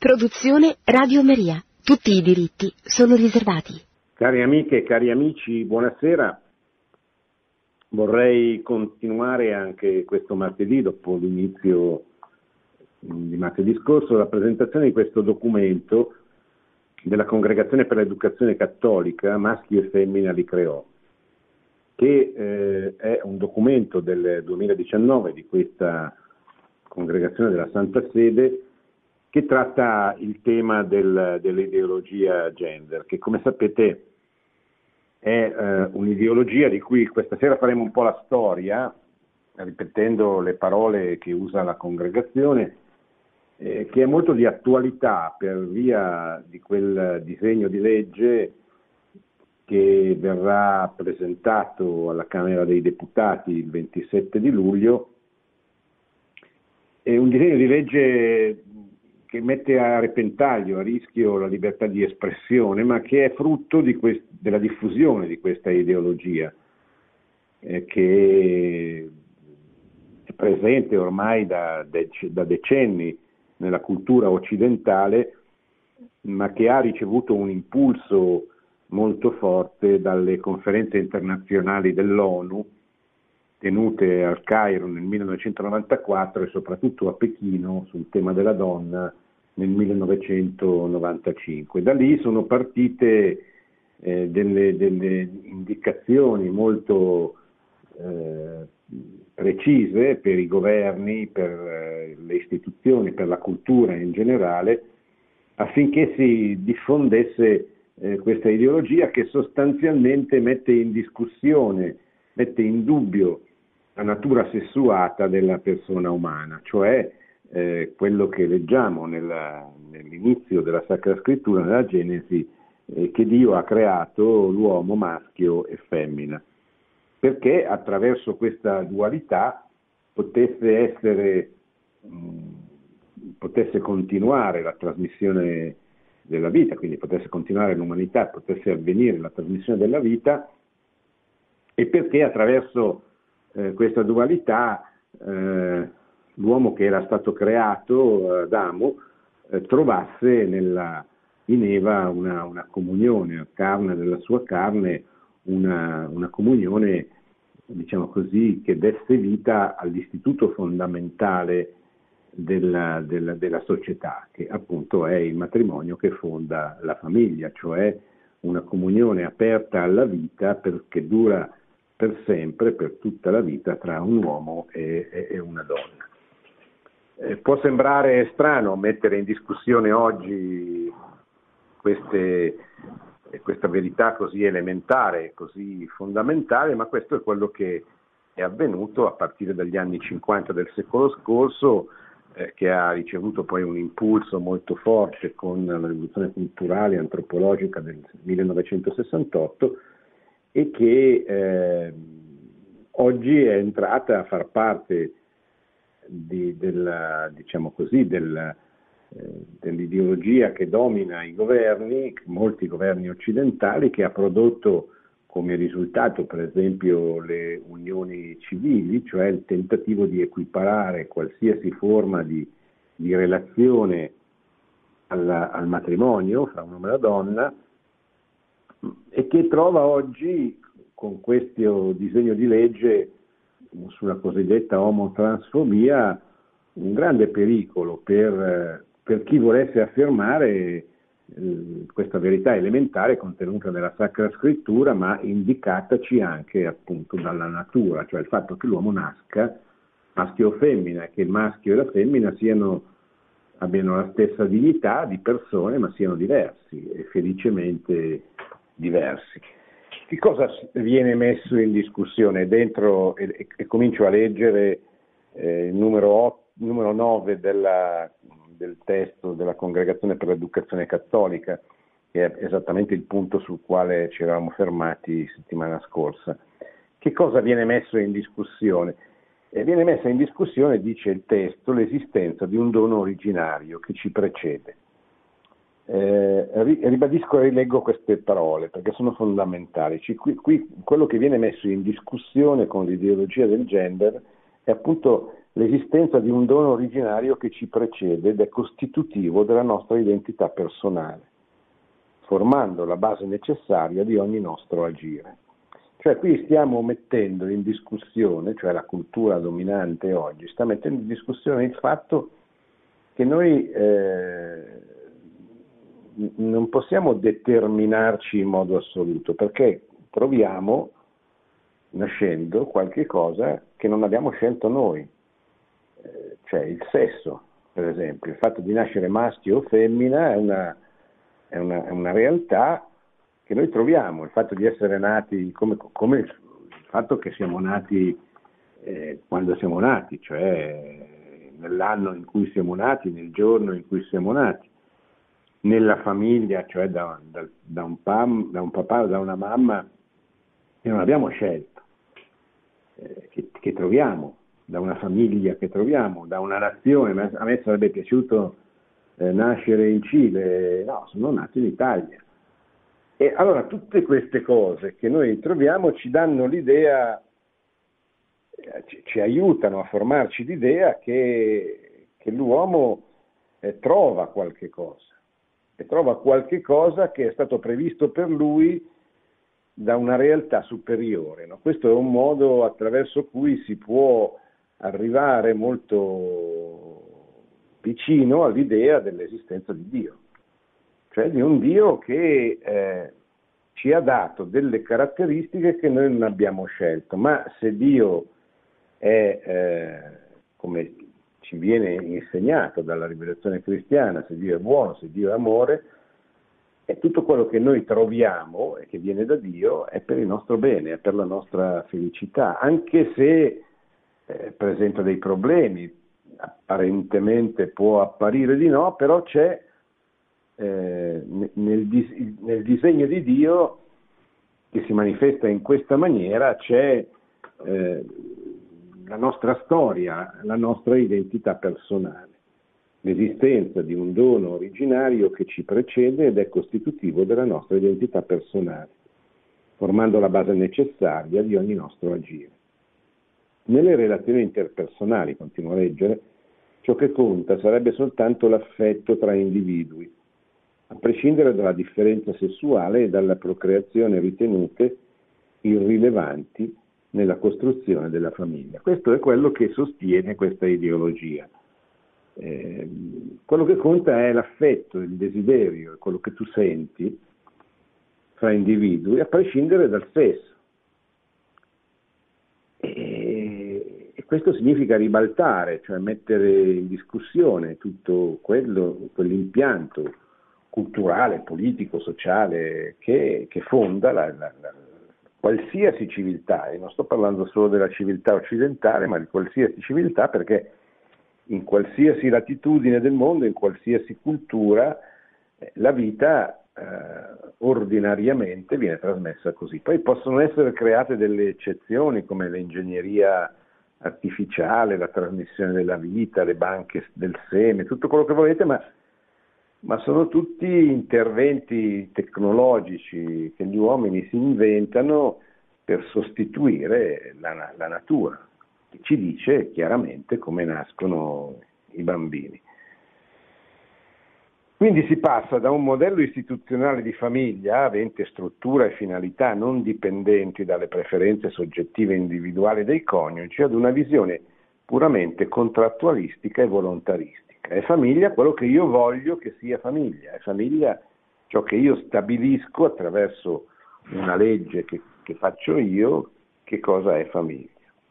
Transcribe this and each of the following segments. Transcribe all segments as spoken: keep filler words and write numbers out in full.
Produzione Radio Maria. Tutti i diritti sono riservati. Cari amiche e cari amici, buonasera. Vorrei continuare anche questo martedì, dopo l'inizio di martedì scorso, la presentazione di questo documento della Congregazione per l'Educazione Cattolica, Maschio e Femmina li creò, che eh, è un documento del duemiladiciannove di questa Congregazione della Santa Sede, che tratta il tema del, dell'ideologia gender, che come sapete è eh, un'ideologia di cui questa sera faremo un po' la storia, ripetendo le parole che usa la Congregazione, eh, che è molto di attualità per via di quel disegno di legge che verrà presentato alla Camera dei Deputati il ventisette di luglio. È un disegno di legge che mette a repentaglio, a rischio la libertà di espressione, ma che è frutto di quest- della diffusione di questa ideologia, eh, che è presente ormai da, dec- da decenni nella cultura occidentale, ma che ha ricevuto un impulso molto forte dalle conferenze internazionali dell'ONU, tenute al Cairo nel millenovecentonovantaquattro e soprattutto a Pechino sul tema della donna nel millenovecentonovantacinque. Da lì sono partite eh, delle, delle indicazioni molto eh, precise per i governi, per eh, le istituzioni, per la cultura in generale, affinché si diffondesse eh, questa ideologia che sostanzialmente mette in discussione, mette in dubbio la natura sessuata della persona umana, cioè eh, quello che leggiamo nella, nell'inizio della Sacra Scrittura, nella Genesi, eh, che Dio ha creato l'uomo maschio e femmina, perché attraverso questa dualità potesse essere, mh, potesse continuare la trasmissione della vita, quindi potesse continuare l'umanità, potesse avvenire la trasmissione della vita, e perché attraverso eh, questa dualità eh, l'uomo che era stato creato, Adamo, eh, trovasse nella, in Eva una, una comunione, carne della sua carne, una, una comunione, diciamo così, che desse vita all'istituto fondamentale della, della, della società, che appunto è il matrimonio che fonda la famiglia, cioè una comunione aperta alla vita perché dura per sempre, per tutta la vita, tra un uomo e, e, e una donna. Eh, può sembrare strano mettere in discussione oggi queste, questa verità così elementare, così fondamentale, ma questo è quello che è avvenuto a partire dagli anni cinquanta del secolo scorso, eh, che ha ricevuto poi un impulso molto forte con la rivoluzione culturale e antropologica del millenovecentosessantotto, e che eh, oggi è entrata a far parte di, della, diciamo così, del, eh, dell'ideologia che domina i governi, molti governi occidentali, che ha prodotto come risultato per esempio le unioni civili, cioè il tentativo di equiparare qualsiasi forma di, di relazione alla, al matrimonio fra un uomo e una donna, e che trova oggi con questo disegno di legge sulla cosiddetta omotransfobia un grande pericolo per, per chi volesse affermare eh, questa verità elementare contenuta nella Sacra Scrittura, ma indicataci anche appunto dalla natura, cioè il fatto che l'uomo nasca maschio o femmina, che il maschio e la femmina siano, abbiano la stessa dignità di persone, ma siano diversi e felicemente diversi. Che cosa viene messo in discussione dentro, e, e comincio a leggere eh, il numero, otto, numero nove della, del testo della Congregazione per l'Educazione Cattolica, che è esattamente il punto sul quale ci eravamo fermati settimana scorsa. Che cosa viene messo in discussione? Eh, viene messa in discussione, dice il testo, l'esistenza di un dono originario che ci precede. Eh, ribadisco e rileggo queste parole perché sono fondamentali. Qui, qui quello che viene messo in discussione con l'ideologia del gender è appunto l'esistenza di un dono originario che ci precede ed è costitutivo della nostra identità personale, formando la base necessaria di ogni nostro agire. Cioè qui stiamo mettendo in discussione, cioè la cultura dominante oggi sta mettendo in discussione il fatto che noi eh, non possiamo determinarci in modo assoluto, perché troviamo, nascendo, qualche cosa che non abbiamo scelto noi, eh, cioè il sesso, per esempio, il fatto di nascere maschio o femmina è una, è una, è una realtà che noi troviamo, il fatto di essere nati, come, come il fatto che siamo nati eh, quando siamo nati, cioè nell'anno in cui siamo nati, nel giorno in cui siamo nati, nella famiglia, cioè da, da, da, un, pam, da un papà o da una mamma che non abbiamo scelto, eh, che, che troviamo, da una famiglia che troviamo, da una nazione. A me sarebbe piaciuto eh, nascere in Cile, no, sono nato in Italia. E allora tutte queste cose che noi troviamo ci danno l'idea, ci, ci aiutano a formarci l'idea che, che l'uomo eh, trova qualche cosa, e trova qualche cosa che è stato previsto per lui da una realtà superiore, no? Questo è un modo attraverso cui si può arrivare molto vicino all'idea dell'esistenza di Dio, cioè di un Dio che eh, ci ha dato delle caratteristiche che noi non abbiamo scelto. Ma se Dio è, eh, come ci viene insegnato dalla rivelazione cristiana, se Dio è buono, se Dio è amore, e tutto quello che noi troviamo e che viene da Dio è per il nostro bene, è per la nostra felicità, anche se eh, presenta dei problemi, apparentemente può apparire di no, però c'è eh, nel, dis- nel disegno di Dio che si manifesta in questa maniera, c'è eh, la nostra storia, la nostra identità personale, l'esistenza di un dono originario che ci precede ed è costitutivo della nostra identità personale, formando la base necessaria di ogni nostro agire. Nelle relazioni interpersonali, continuo a leggere, ciò che conta sarebbe soltanto l'affetto tra individui, a prescindere dalla differenza sessuale e dalla procreazione ritenute irrilevanti nella costruzione della famiglia. Questo è quello che sostiene questa ideologia. Eh, quello che conta è l'affetto, il desiderio, quello che tu senti fra individui, a prescindere dal sesso. E, e questo significa ribaltare, cioè mettere in discussione tutto quello, quell'impianto culturale, politico, sociale che, che fonda la, la, la, qualsiasi civiltà. E non sto parlando solo della civiltà occidentale, ma di qualsiasi civiltà, perché in qualsiasi latitudine del mondo, in qualsiasi cultura, eh, la vita eh, ordinariamente viene trasmessa così. Poi possono essere create delle eccezioni come l'ingegneria artificiale, la trasmissione della vita, le banche del seme, tutto quello che volete, ma, ma sono tutti interventi tecnologici che gli uomini si inventano per sostituire la, la natura, che ci dice chiaramente come nascono i bambini. Quindi si passa da un modello istituzionale di famiglia avente struttura e finalità non dipendenti dalle preferenze soggettive e individuali dei coniugi ad una visione puramente contrattualistica e volontaristica. È famiglia quello che io voglio che sia famiglia, è famiglia ciò che io stabilisco attraverso una legge che, che faccio io, che cosa è famiglia.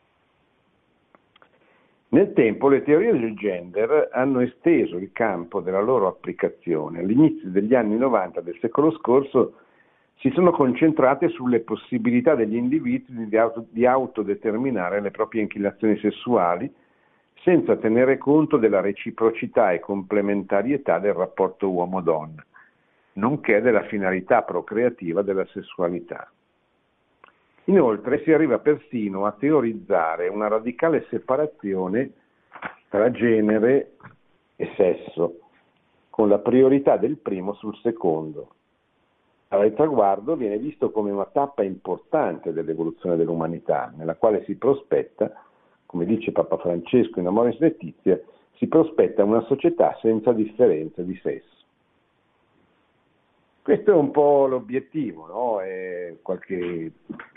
Nel tempo le teorie del gender hanno esteso il campo della loro applicazione. All'inizio degli anni novanta del secolo scorso si sono concentrate sulle possibilità degli individui di, auto, di autodeterminare le proprie inclinazioni sessuali senza tenere conto della reciprocità e complementarietà del rapporto uomo-donna, nonché della finalità procreativa della sessualità. Inoltre si arriva persino a teorizzare una radicale separazione tra genere e sesso, con la priorità del primo sul secondo. Tale traguardo viene visto come una tappa importante dell'evoluzione dell'umanità, nella quale si prospetta come dice Papa Francesco in Amoris Laetitia, si prospetta una società senza differenza di sesso. Questo è un po' l'obiettivo, no? E qualche...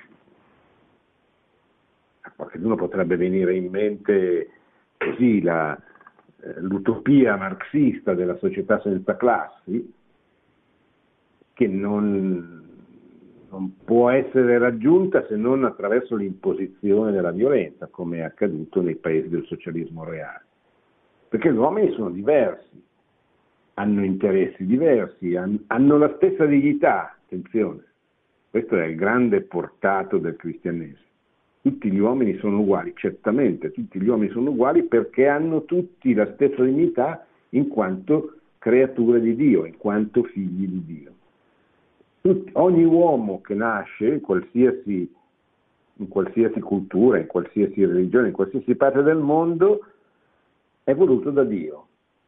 a qualcuno potrebbe venire in mente così la, eh, l'utopia marxista della società senza classi, che non, non può essere raggiunta se non attraverso l'imposizione della violenza, come è accaduto nei paesi del socialismo reale. Perché gli uomini sono diversi, hanno interessi diversi, hanno la stessa dignità, attenzione, questo è il grande portato del cristianesimo. Tutti gli uomini sono uguali, certamente, tutti gli uomini sono uguali perché hanno tutti la stessa dignità in quanto creature di Dio, in quanto figli di Dio. Tutti, ogni uomo che nasce in qualsiasi, in qualsiasi cultura, in qualsiasi religione, in qualsiasi parte del mondo, è voluto da Dio.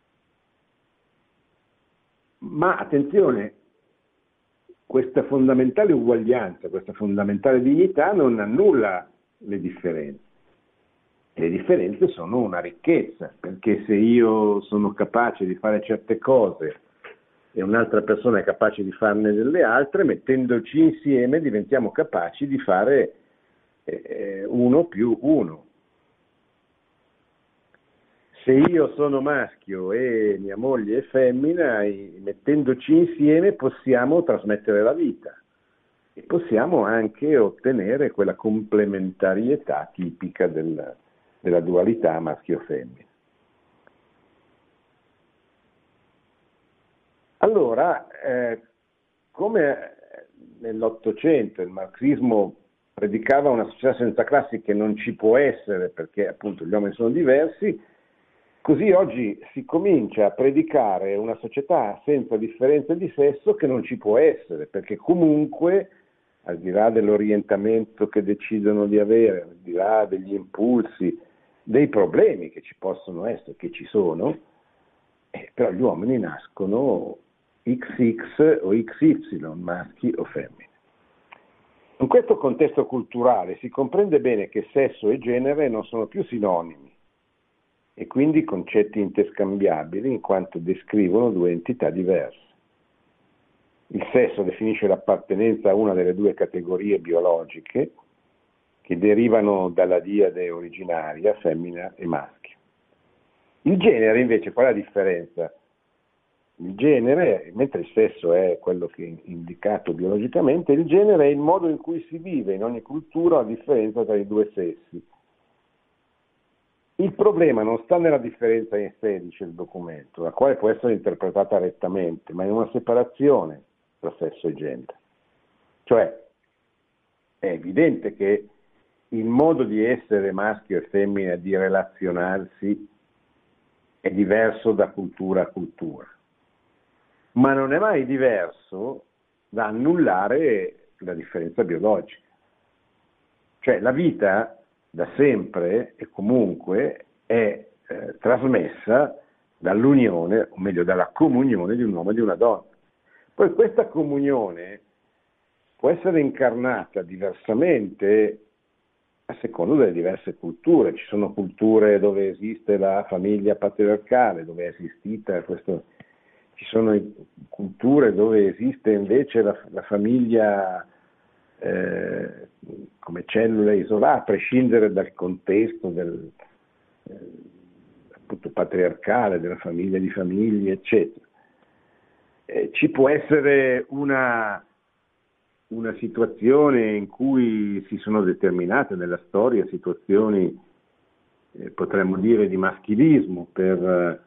Ma attenzione, questa fondamentale uguaglianza, questa fondamentale dignità non annulla le differenze. Le differenze sono una ricchezza, perché se io sono capace di fare certe cose e un'altra persona è capace di farne delle altre, mettendoci insieme diventiamo capaci di fare eh, uno più uno. Se io sono maschio e mia moglie è femmina, mettendoci insieme possiamo trasmettere la vita e possiamo anche ottenere quella complementarietà tipica del, della dualità maschio-femmina. Allora, eh, come nell'Ottocento il marxismo predicava una società senza classi che non ci può essere perché appunto gli uomini sono diversi, così oggi si comincia a predicare una società senza differenze di sesso che non ci può essere, perché comunque, al di là dell'orientamento che decidono di avere, al di là degli impulsi, dei problemi che ci possono essere, che ci sono, eh, però gli uomini nascono X X o X Y, maschi o femmine. In questo contesto culturale si comprende bene che sesso e genere non sono più sinonimi, e quindi concetti interscambiabili in quanto descrivono due entità diverse. Il sesso definisce l'appartenenza a una delle due categorie biologiche che derivano dalla diade originaria, femmina e maschio. Il genere invece, qual è la differenza? Il genere, mentre il sesso è quello che è indicato biologicamente, il genere è il modo in cui si vive in ogni cultura la differenza tra i due sessi. Il problema non sta nella differenza in sé, dice il documento, la quale può essere interpretata rettamente, ma in una separazione tra sesso e genere. Cioè, è evidente che il modo di essere maschio e femmina, di relazionarsi, è diverso da cultura a cultura, ma non è mai diverso da annullare la differenza biologica. Cioè, la vita da sempre e comunque è eh, trasmessa dall'unione, o meglio dalla comunione di un uomo e di una donna. Poi questa comunione può essere incarnata diversamente a seconda delle diverse culture. Ci sono culture dove esiste la famiglia patriarcale, dove è esistita questo, ci sono culture dove esiste invece la, la famiglia Eh, come cellule isolate, a prescindere dal contesto del, eh, appunto patriarcale, della famiglia di famiglie, eccetera. Eh, ci può essere una, una situazione in cui si sono determinate nella storia situazioni, eh, potremmo dire, di maschilismo, per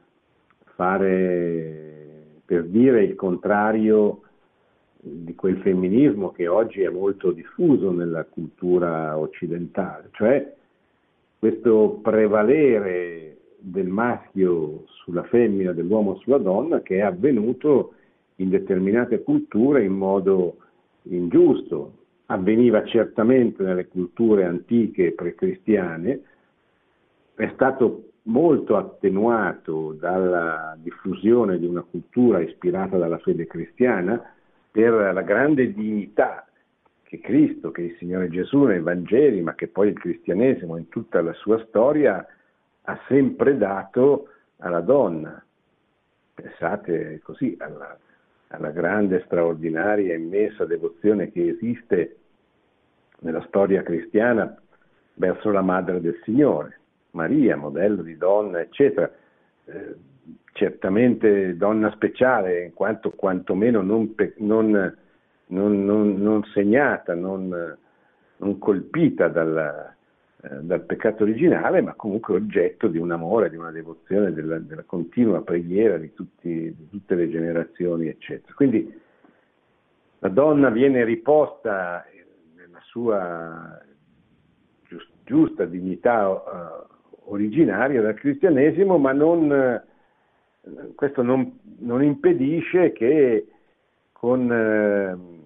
fare, per dire il contrario di quel femminismo che oggi è molto diffuso nella cultura occidentale, cioè questo prevalere del maschio sulla femmina, dell'uomo sulla donna, che è avvenuto in determinate culture in modo ingiusto. Avveniva certamente nelle culture antiche e precristiane, è stato molto attenuato dalla diffusione di una cultura ispirata dalla fede cristiana, per la grande dignità che Cristo, che il Signore Gesù nei Vangeli, ma che poi il cristianesimo in tutta la sua storia ha sempre dato alla donna. Pensate così alla, alla grande, straordinaria, immensa devozione che esiste nella storia cristiana verso la madre del Signore, Maria, modello di donna, eccetera. Eh, certamente donna speciale, in quanto quantomeno non, pe- non, non, non, non segnata, non, non colpita dalla, eh, dal peccato originale, ma comunque oggetto di un amore, di una devozione, della, della continua preghiera di, tutti, di tutte le generazioni, eccetera. Quindi la donna viene riposta nella sua giusta dignità uh, originaria dal cristianesimo, ma non, uh, questo non, non impedisce che con uh,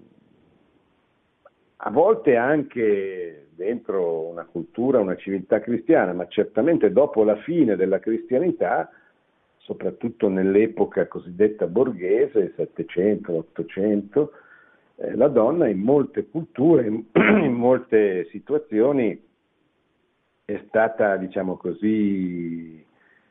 a volte anche dentro una cultura, una civiltà cristiana, ma certamente dopo la fine della cristianità, soprattutto nell'epoca cosiddetta borghese, settecento, ottocento, eh, la donna in molte culture, in, in molte situazioni è stata, diciamo così,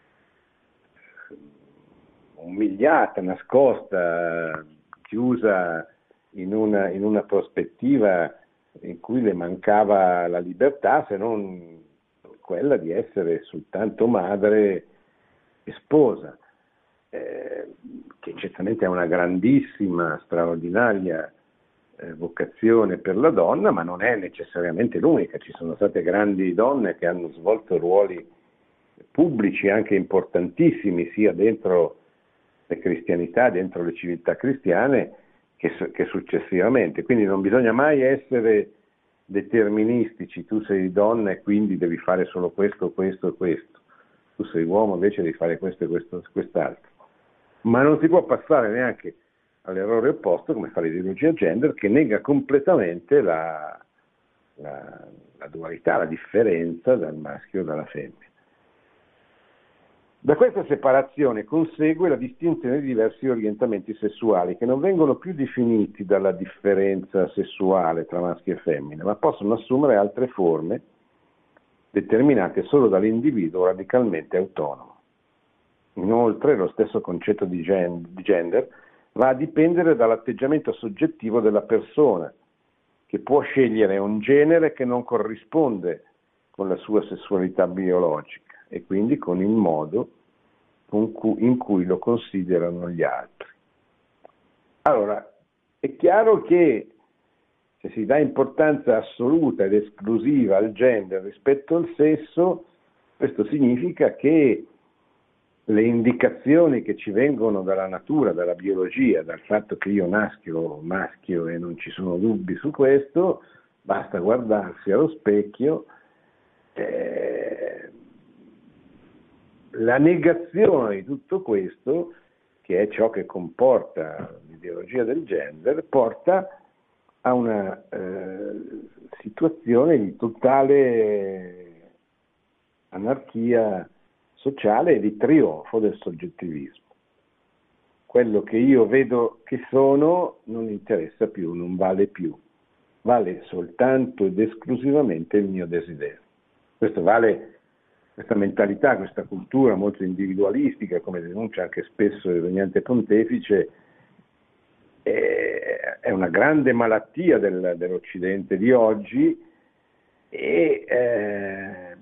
umiliata, nascosta, chiusa in una, in una prospettiva in cui le mancava la libertà, se non quella di essere soltanto madre e sposa, eh, che certamente è una grandissima, straordinaria eh, vocazione per la donna, ma non è necessariamente l'unica. Ci sono state grandi donne che hanno svolto ruoli pubblici anche importantissimi, sia dentro le cristianità, dentro le civiltà cristiane, che, che successivamente. Quindi non bisogna mai essere deterministici, tu sei donna e quindi devi fare solo questo, questo e questo, tu sei uomo invece devi fare questo e questo, quest'altro. Ma non si può passare neanche all'errore opposto, come fa l'ideologia gender, che nega completamente la, la, la dualità, la differenza dal maschio e dalla femmina. Da questa separazione consegue la distinzione di diversi orientamenti sessuali, che non vengono più definiti dalla differenza sessuale tra maschio e femmina, ma possono assumere altre forme determinate solo dall'individuo radicalmente autonomo. Inoltre, lo stesso concetto di gender va a dipendere dall'atteggiamento soggettivo della persona, che può scegliere un genere che non corrisponde con la sua sessualità biologica e quindi con il modo con cui, in cui lo considerano gli altri. Allora, è chiaro che se si dà importanza assoluta ed esclusiva al gender rispetto al sesso, questo significa che le indicazioni che ci vengono dalla natura, dalla biologia, dal fatto che io naschio maschio e non ci sono dubbi su questo, basta guardarsi allo specchio, eh, la negazione di tutto questo, che è ciò che comporta l'ideologia del gender, porta a una eh, situazione di totale anarchia sociale e di trionfo del soggettivismo. Quello che io vedo che sono non interessa più, non vale più, vale soltanto ed esclusivamente il mio desiderio. Questo vale, questa mentalità, questa cultura molto individualistica, come denuncia anche spesso il regnante pontefice, è una grande malattia del, dell'Occidente di oggi e eh,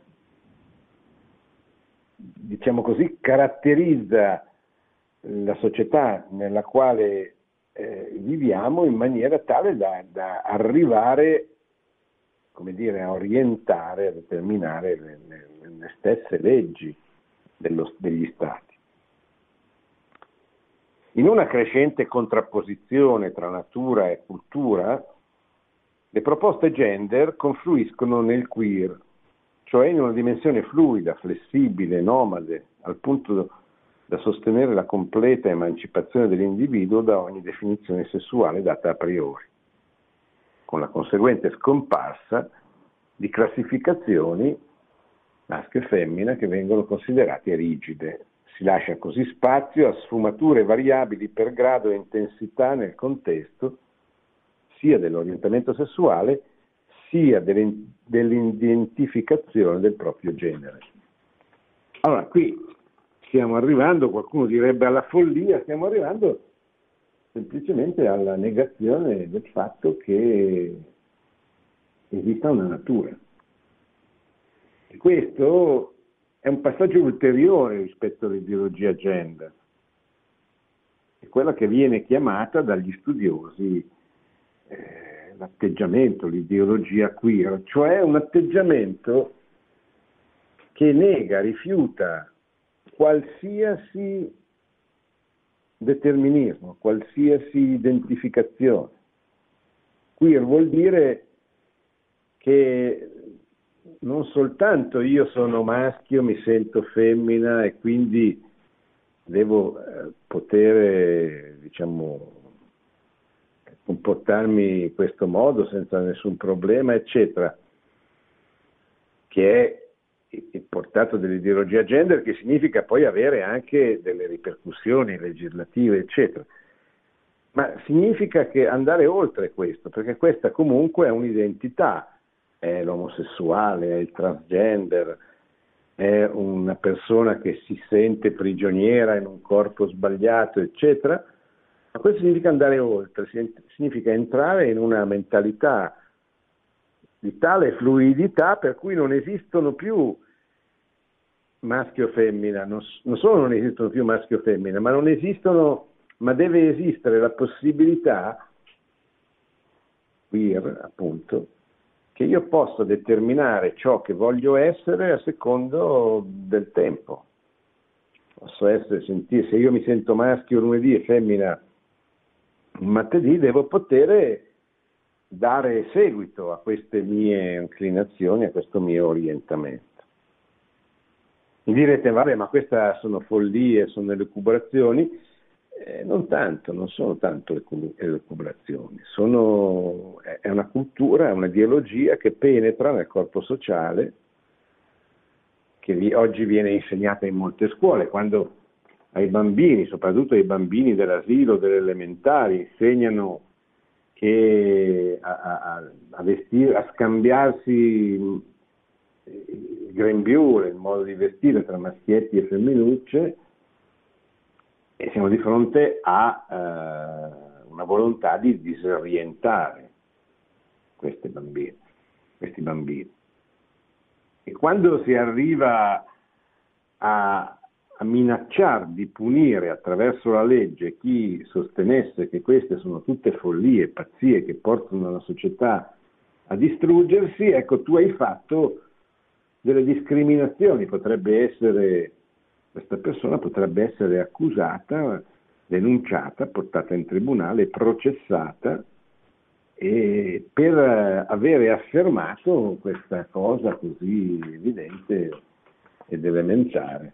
diciamo così caratterizza la società nella quale eh, viviamo in maniera tale da, da arrivare, come dire, a orientare, a determinare le, le, le stesse leggi dello, degli stati. In una crescente contrapposizione tra natura e cultura, le proposte gender confluiscono nel queer, cioè in una dimensione fluida, flessibile, nomade, al punto da sostenere la completa emancipazione dell'individuo da ogni definizione sessuale data a priori, con la conseguente scomparsa di classificazioni maschio e femmina che vengono considerate rigide. Si lascia così spazio a sfumature variabili per grado e intensità nel contesto, sia dell'orientamento sessuale sia dell'identificazione del proprio genere. Allora, qui stiamo arrivando, qualcuno direbbe alla follia, stiamo arrivando semplicemente alla negazione del fatto che esista una natura. E questo è un passaggio ulteriore rispetto all'ideologia gender, è quella che viene chiamata dagli studiosi eh, l'atteggiamento, l'ideologia queer, cioè un atteggiamento che nega, rifiuta qualsiasi determinismo, qualsiasi identificazione. Queer vuol dire che non soltanto io sono maschio, mi sento femmina e quindi devo eh, poter, diciamo, comportarmi in questo modo senza nessun problema, eccetera, che è il portato dell'ideologia gender, che significa poi avere anche delle ripercussioni legislative, eccetera. Ma significa che andare oltre questo, perché questa comunque è un'identità, è l'omosessuale, è il transgender, è una persona che si sente prigioniera in un corpo sbagliato, eccetera. Ma questo significa andare oltre, significa entrare in una mentalità di tale fluidità per cui non esistono più maschio o femmina, non, non solo non esistono più maschio o femmina, ma non esistono, ma deve esistere la possibilità, queer appunto, che io possa determinare ciò che voglio essere a secondo del tempo. Posso essere, sentire, se io mi sento maschio lunedì e femmina martedì, devo poter dare seguito a queste mie inclinazioni, a questo mio orientamento. Mi direte, vabbè, ma queste sono follie, sono elucubrazioni. Eh, non tanto, non sono tanto elucubrazioni, sono, è una cultura, è un'ideologia che penetra nel corpo sociale, che vi, oggi viene insegnata in molte scuole, quando ai bambini, soprattutto ai bambini dell'asilo, delle elementari, insegnano che a, a, a, vestire, a scambiarsi il grembiule, il modo di vestire tra maschietti e femminucce, e siamo di fronte a eh, una volontà di disorientare queste bambine, questi bambini. E quando si arriva a, a minacciare di punire attraverso la legge chi sostenesse che queste sono tutte follie, pazzie che portano la società a distruggersi, ecco, tu hai fatto delle discriminazioni, potrebbe essere, questa persona potrebbe essere accusata, denunciata, portata in tribunale, processata e per avere affermato questa cosa così evidente ed elementare.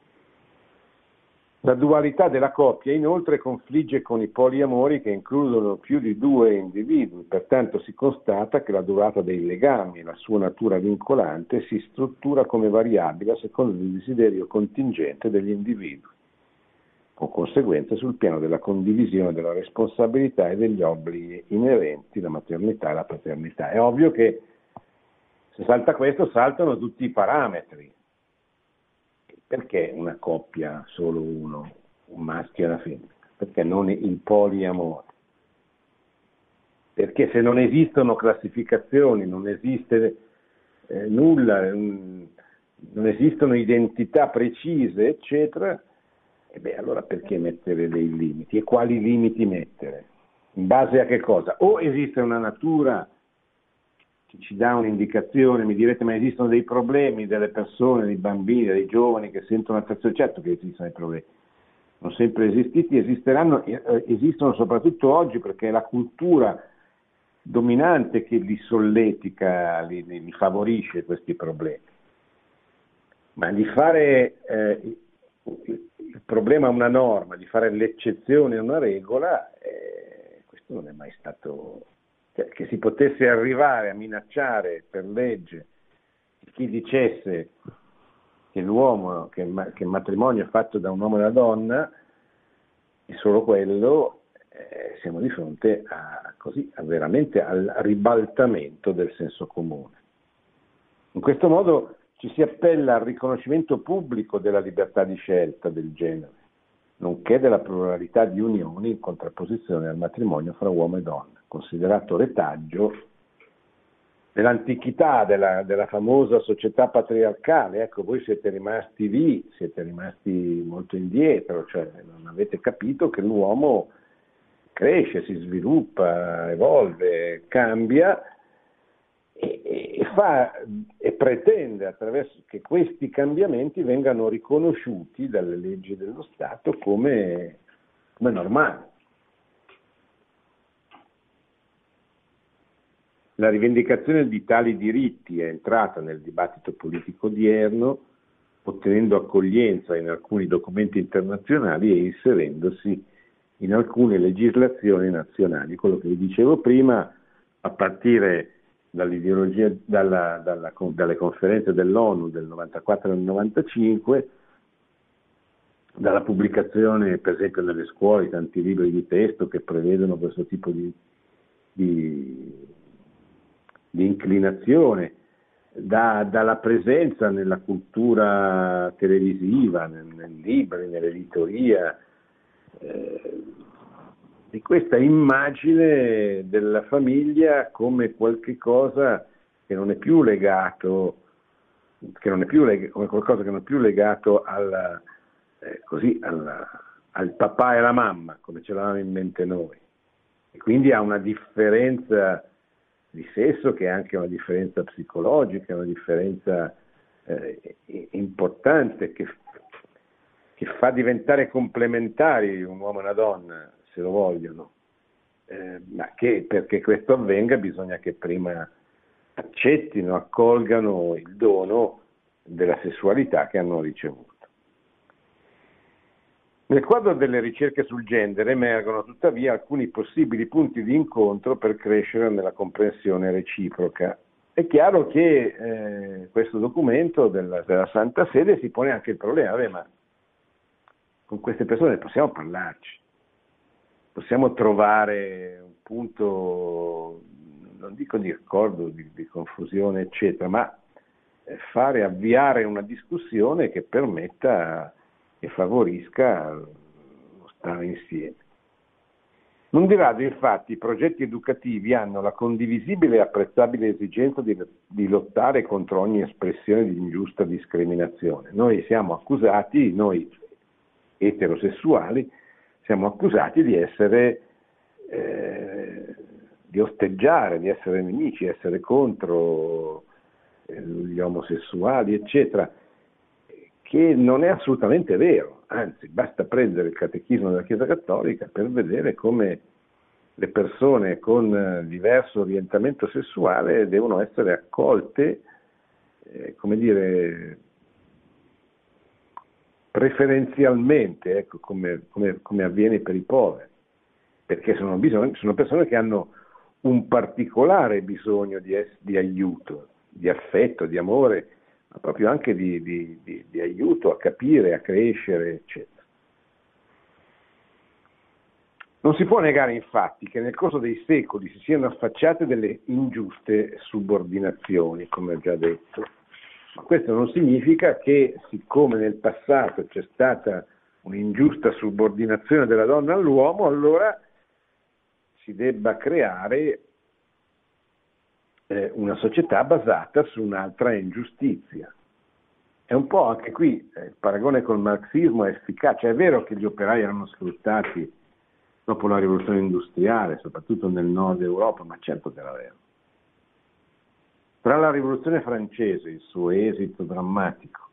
La dualità della coppia inoltre confligge con i poliamori che includono più di due individui, pertanto si constata che la durata dei legami e la sua natura vincolante si struttura come variabile a seconda del desiderio contingente degli individui, con conseguenze sul piano della condivisione della responsabilità e degli obblighi inerenti alla maternità e alla paternità. È ovvio che se salta questo saltano tutti i parametri. Perché una coppia, solo uno, un maschio e una femmina? Perché non il poliamore? Perché se non esistono classificazioni, non esiste eh, nulla, non esistono identità precise, eccetera, e beh, allora perché mettere dei limiti? E quali limiti mettere? In base a che cosa? O esiste una natura che ci dà un'indicazione, mi direte, ma esistono dei problemi delle persone, dei bambini, dei giovani che sentono attrazione? Certo che esistono dei problemi, sono sempre esistiti, esisteranno, esistono soprattutto oggi perché è la cultura dominante che li solletica, li, li favorisce questi problemi. Ma di fare eh, il problema una norma, di fare l'eccezione a una regola, eh, questo non è mai stato... Cioè, che si potesse arrivare a minacciare per legge chi dicesse che l'uomo, che, che il matrimonio è fatto da un uomo e una donna, e solo quello, eh, siamo di fronte a così veramente al ribaltamento del senso comune. In questo modo ci si appella al riconoscimento pubblico della libertà di scelta del genere, nonché della pluralità di unioni in contrapposizione al matrimonio fra uomo e donna, considerato retaggio nell'antichità della, della famosa società patriarcale. Ecco, voi siete rimasti lì, siete rimasti molto indietro, cioè non avete capito che l'uomo cresce, si sviluppa, evolve, cambia e, e, fa, e pretende attraverso che questi cambiamenti vengano riconosciuti dalle leggi dello Stato come, come normali. La rivendicazione di tali diritti è entrata nel dibattito politico odierno, ottenendo accoglienza in alcuni documenti internazionali e inserendosi in alcune legislazioni nazionali. Quello che vi dicevo prima, a partire dall'ideologia, dalla, dalla, dalle conferenze dell'ONU del novantaquattro e del novantacinque, dalla pubblicazione per esempio nelle scuole di tanti libri di testo che prevedono questo tipo di, di di inclinazione, da, dalla presenza nella cultura televisiva, nel, nei libri, nell'editoria, eh, di questa immagine della famiglia come qualche cosa che non è più legato, che non è più leg- come qualcosa che non è più legato alla, eh, così, alla, al papà e alla mamma, come ce l'avevamo in mente noi. E quindi ha una differenza di sesso che è anche una differenza psicologica, una differenza eh, importante che, che fa diventare complementari un uomo e una donna, se lo vogliono, eh, ma che perché questo avvenga bisogna che prima accettino, accolgano il dono della sessualità che hanno ricevuto. Nel quadro delle ricerche sul gender emergono tuttavia alcuni possibili punti di incontro per crescere nella comprensione reciproca. È chiaro che eh, questo documento della, della Santa Sede si pone anche il problema, vabbè, ma con queste persone possiamo parlarci, possiamo trovare un punto, non dico di accordo, di, di confusione, eccetera, ma fare, avviare una discussione che permetta che favorisca lo stare insieme. Non di rado, infatti, i progetti educativi hanno la condivisibile e apprezzabile esigenza di, di lottare contro ogni espressione di ingiusta discriminazione. Noi siamo accusati, noi eterosessuali, siamo accusati di essere, eh, di osteggiare, di essere nemici, essere contro eh, gli omosessuali, eccetera. Che non è assolutamente vero, anzi basta prendere il catechismo della Chiesa Cattolica per vedere come le persone con diverso orientamento sessuale devono essere accolte, eh, come dire, preferenzialmente, ecco, come, come, come avviene per i poveri, perché sono, bisogno, sono persone che hanno un particolare bisogno di, es- di aiuto, di affetto, di amore, ma proprio anche di, di, di, di aiuto a capire, a crescere, eccetera. Non si può negare infatti che nel corso dei secoli si siano affacciate delle ingiuste subordinazioni, come ho già detto, ma questo non significa che, siccome nel passato c'è stata un'ingiusta subordinazione della donna all'uomo, allora si debba creare una società basata su un'altra ingiustizia. È un po' anche qui eh, il paragone col marxismo è efficace. È vero che gli operai erano sfruttati dopo la rivoluzione industriale, soprattutto nel nord Europa, ma certo che era vero. Tra la rivoluzione francese, il suo esito drammatico,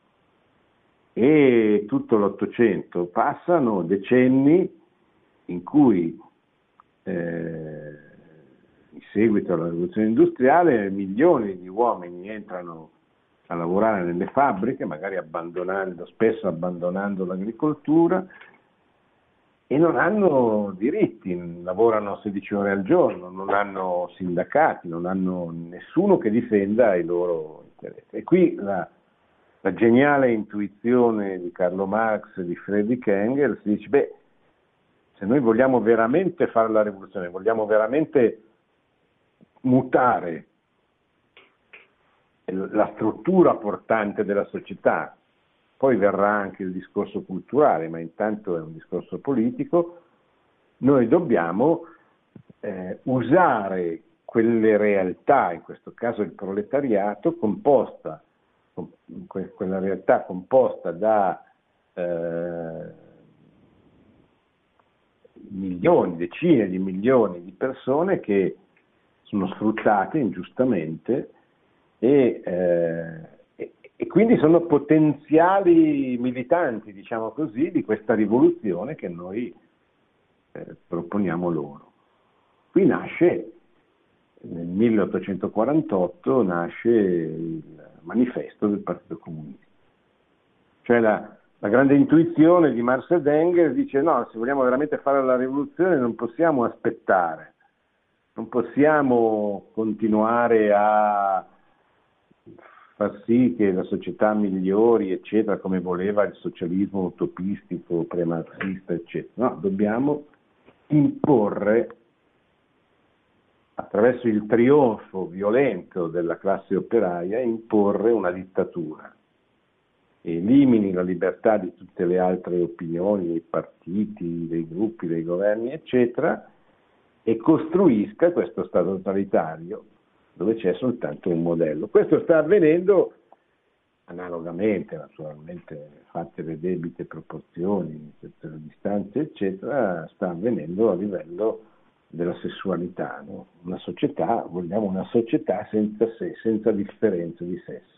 e tutto l'Ottocento passano decenni in cui eh, in seguito alla rivoluzione industriale milioni di uomini entrano a lavorare nelle fabbriche, magari abbandonando, spesso abbandonando l'agricoltura, e non hanno diritti, lavorano sedici ore al giorno, non hanno sindacati, non hanno nessuno che difenda i loro interessi. E qui la, la geniale intuizione di Carlo Marx e di Friedrich Engels dice, beh, se noi vogliamo veramente fare la rivoluzione, vogliamo veramente mutare la struttura portante della società, poi verrà anche il discorso culturale, ma intanto è un discorso politico, noi dobbiamo eh, usare quelle realtà, in questo caso il proletariato, composta, com, quella realtà composta da eh, milioni, decine di milioni di persone che sono sfruttate ingiustamente e, eh, e, e quindi sono potenziali militanti, diciamo così, di questa rivoluzione che noi eh, proponiamo loro. Qui nasce, nel milleottocentoquarantotto, nasce il manifesto del Partito Comunista. Cioè la, la grande intuizione di Marx ed Engels dice no, se vogliamo veramente fare la rivoluzione non possiamo aspettare, non possiamo continuare a far sì che la società migliori, eccetera, come voleva il socialismo utopistico, pre-marxista, eccetera. No, dobbiamo imporre, attraverso il trionfo violento della classe operaia, imporre una dittatura. Elimini la libertà di tutte le altre opinioni, dei partiti, dei gruppi, dei governi, eccetera, e costruisca questo Stato totalitario dove c'è soltanto un modello. Questo sta avvenendo analogamente, naturalmente, fatte le debite proporzioni, tutte le distanze, eccetera, sta avvenendo a livello della sessualità, no? Una società, vogliamo una società senza sé, senza differenza di sesso.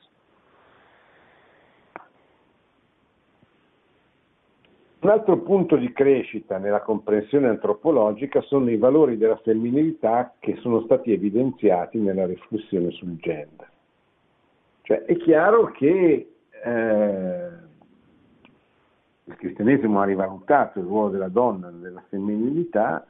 Un altro punto di crescita nella comprensione antropologica sono i valori della femminilità che sono stati evidenziati nella riflessione sul gender. Cioè è chiaro che eh, il cristianesimo ha rivalutato il ruolo della donna e della femminilità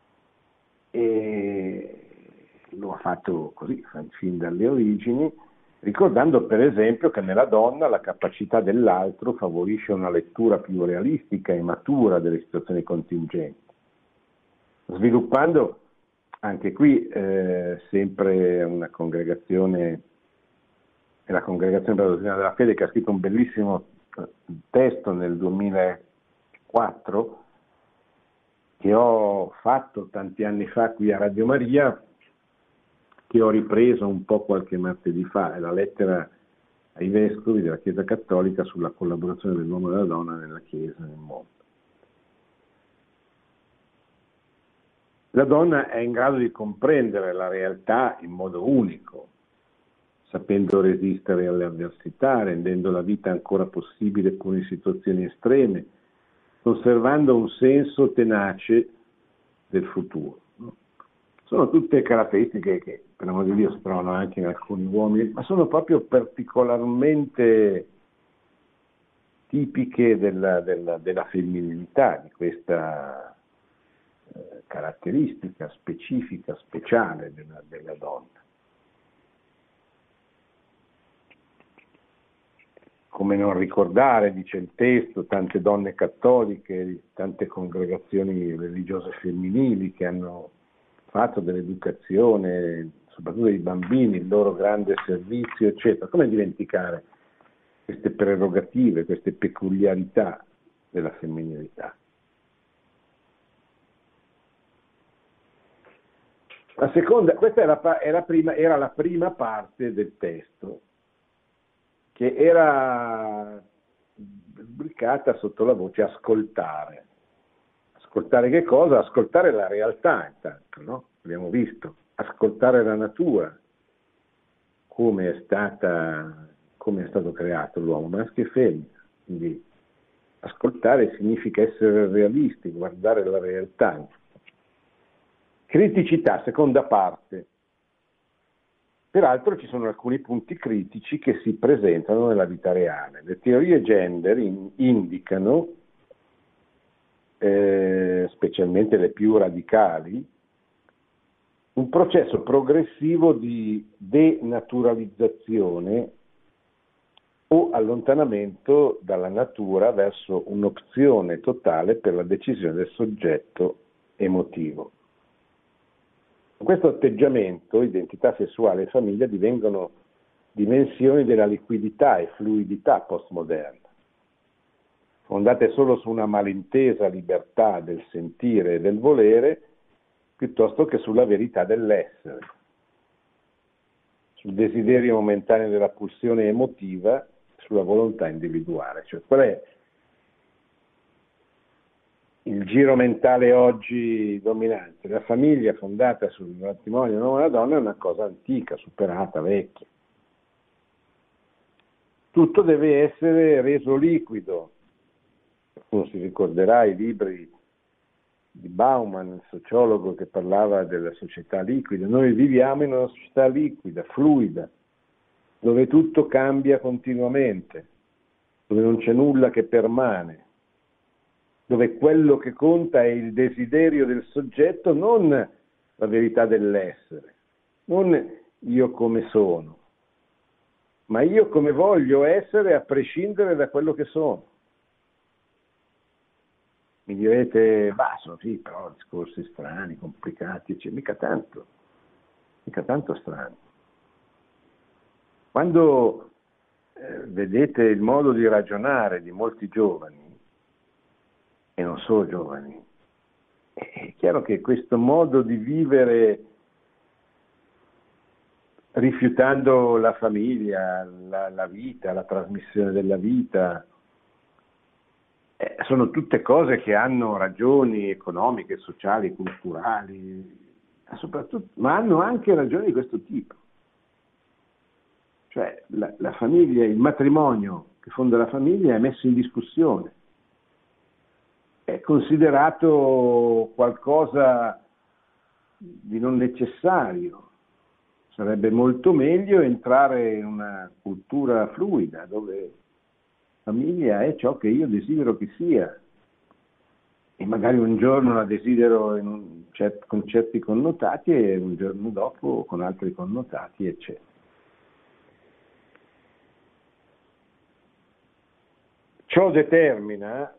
e lo ha fatto così, fin dalle origini, ricordando per esempio che nella donna la capacità dell'altro favorisce una lettura più realistica e matura delle situazioni contingenti, sviluppando anche qui eh, sempre una congregazione, è la Congregazione per la Dottrina della Fede, che ha scritto un bellissimo testo nel duemilaquattro che ho fatto tanti anni fa qui a Radio Maria, che ho ripreso un po' qualche martedì fa, è la lettera ai vescovi della Chiesa Cattolica sulla collaborazione dell'uomo e della donna nella Chiesa e nel mondo. La donna è in grado di comprendere la realtà in modo unico, sapendo resistere alle avversità, rendendo la vita ancora possibile pure in situazioni estreme, conservando un senso tenace del futuro. Sono tutte caratteristiche che, per l'amor di Dio, si trovano anche in alcuni uomini, ma sono proprio particolarmente tipiche della, della, della femminilità, di questa eh, caratteristica specifica, speciale della, della donna. Come non ricordare, dice il testo, tante donne cattoliche, tante congregazioni religiose femminili che hanno fatto dell'educazione, soprattutto dei bambini, il loro grande servizio, eccetera. Come dimenticare queste prerogative, queste peculiarità della femminilità? La seconda, questa era, era, prima, era la prima parte del testo, che era pubblicata sotto la voce ascoltare. Ascoltare che cosa? Ascoltare la realtà, intanto, no? Abbiamo visto. Ascoltare la natura, come è stata, come è stato creato l'uomo, maschio e femmina. Quindi ascoltare significa essere realisti, guardare la realtà. Criticità, seconda parte. Peraltro ci sono alcuni punti critici che si presentano nella vita reale. Le teorie gender in, indicano, eh, specialmente le più radicali, un processo progressivo di denaturalizzazione o allontanamento dalla natura verso un'opzione totale per la decisione del soggetto emotivo. Con questo atteggiamento, identità sessuale e famiglia divengono dimensioni della liquidità e fluidità postmoderna, fondate solo su una malintesa libertà del sentire e del volere, piuttosto che sulla verità dell'essere, sul desiderio momentaneo della pulsione emotiva, sulla volontà individuale. Cioè, qual è il giro mentale oggi dominante? La famiglia fondata sul matrimonio non una donna è una cosa antica, superata, vecchia. Tutto deve essere reso liquido. Qualcuno si ricorderà i libri di Bauman, il sociologo che parlava della società liquida. Noi viviamo in una società liquida, fluida, dove tutto cambia continuamente, dove non c'è nulla che permane, dove quello che conta è il desiderio del soggetto, non la verità dell'essere, non io come sono, ma io come voglio essere a prescindere da quello che sono. Mi direte, bah, sono sì, però discorsi strani, complicati, cioè, mica tanto, mica tanto strani. Quando eh, vedete il modo di ragionare di molti giovani, e non solo giovani, è chiaro che questo modo di vivere rifiutando la famiglia, la, la vita, la trasmissione della vita, eh, sono tutte cose che hanno ragioni economiche, sociali, culturali, soprattutto, ma hanno anche ragioni di questo tipo. Cioè la, la famiglia, il matrimonio che fonda la famiglia è messo in discussione, è considerato qualcosa di non necessario. Sarebbe molto meglio entrare in una cultura fluida, dove famiglia è ciò che io desidero che sia, e magari un giorno la desidero in un cert- con certi connotati e un giorno dopo con altri connotati, eccetera. Ciò determina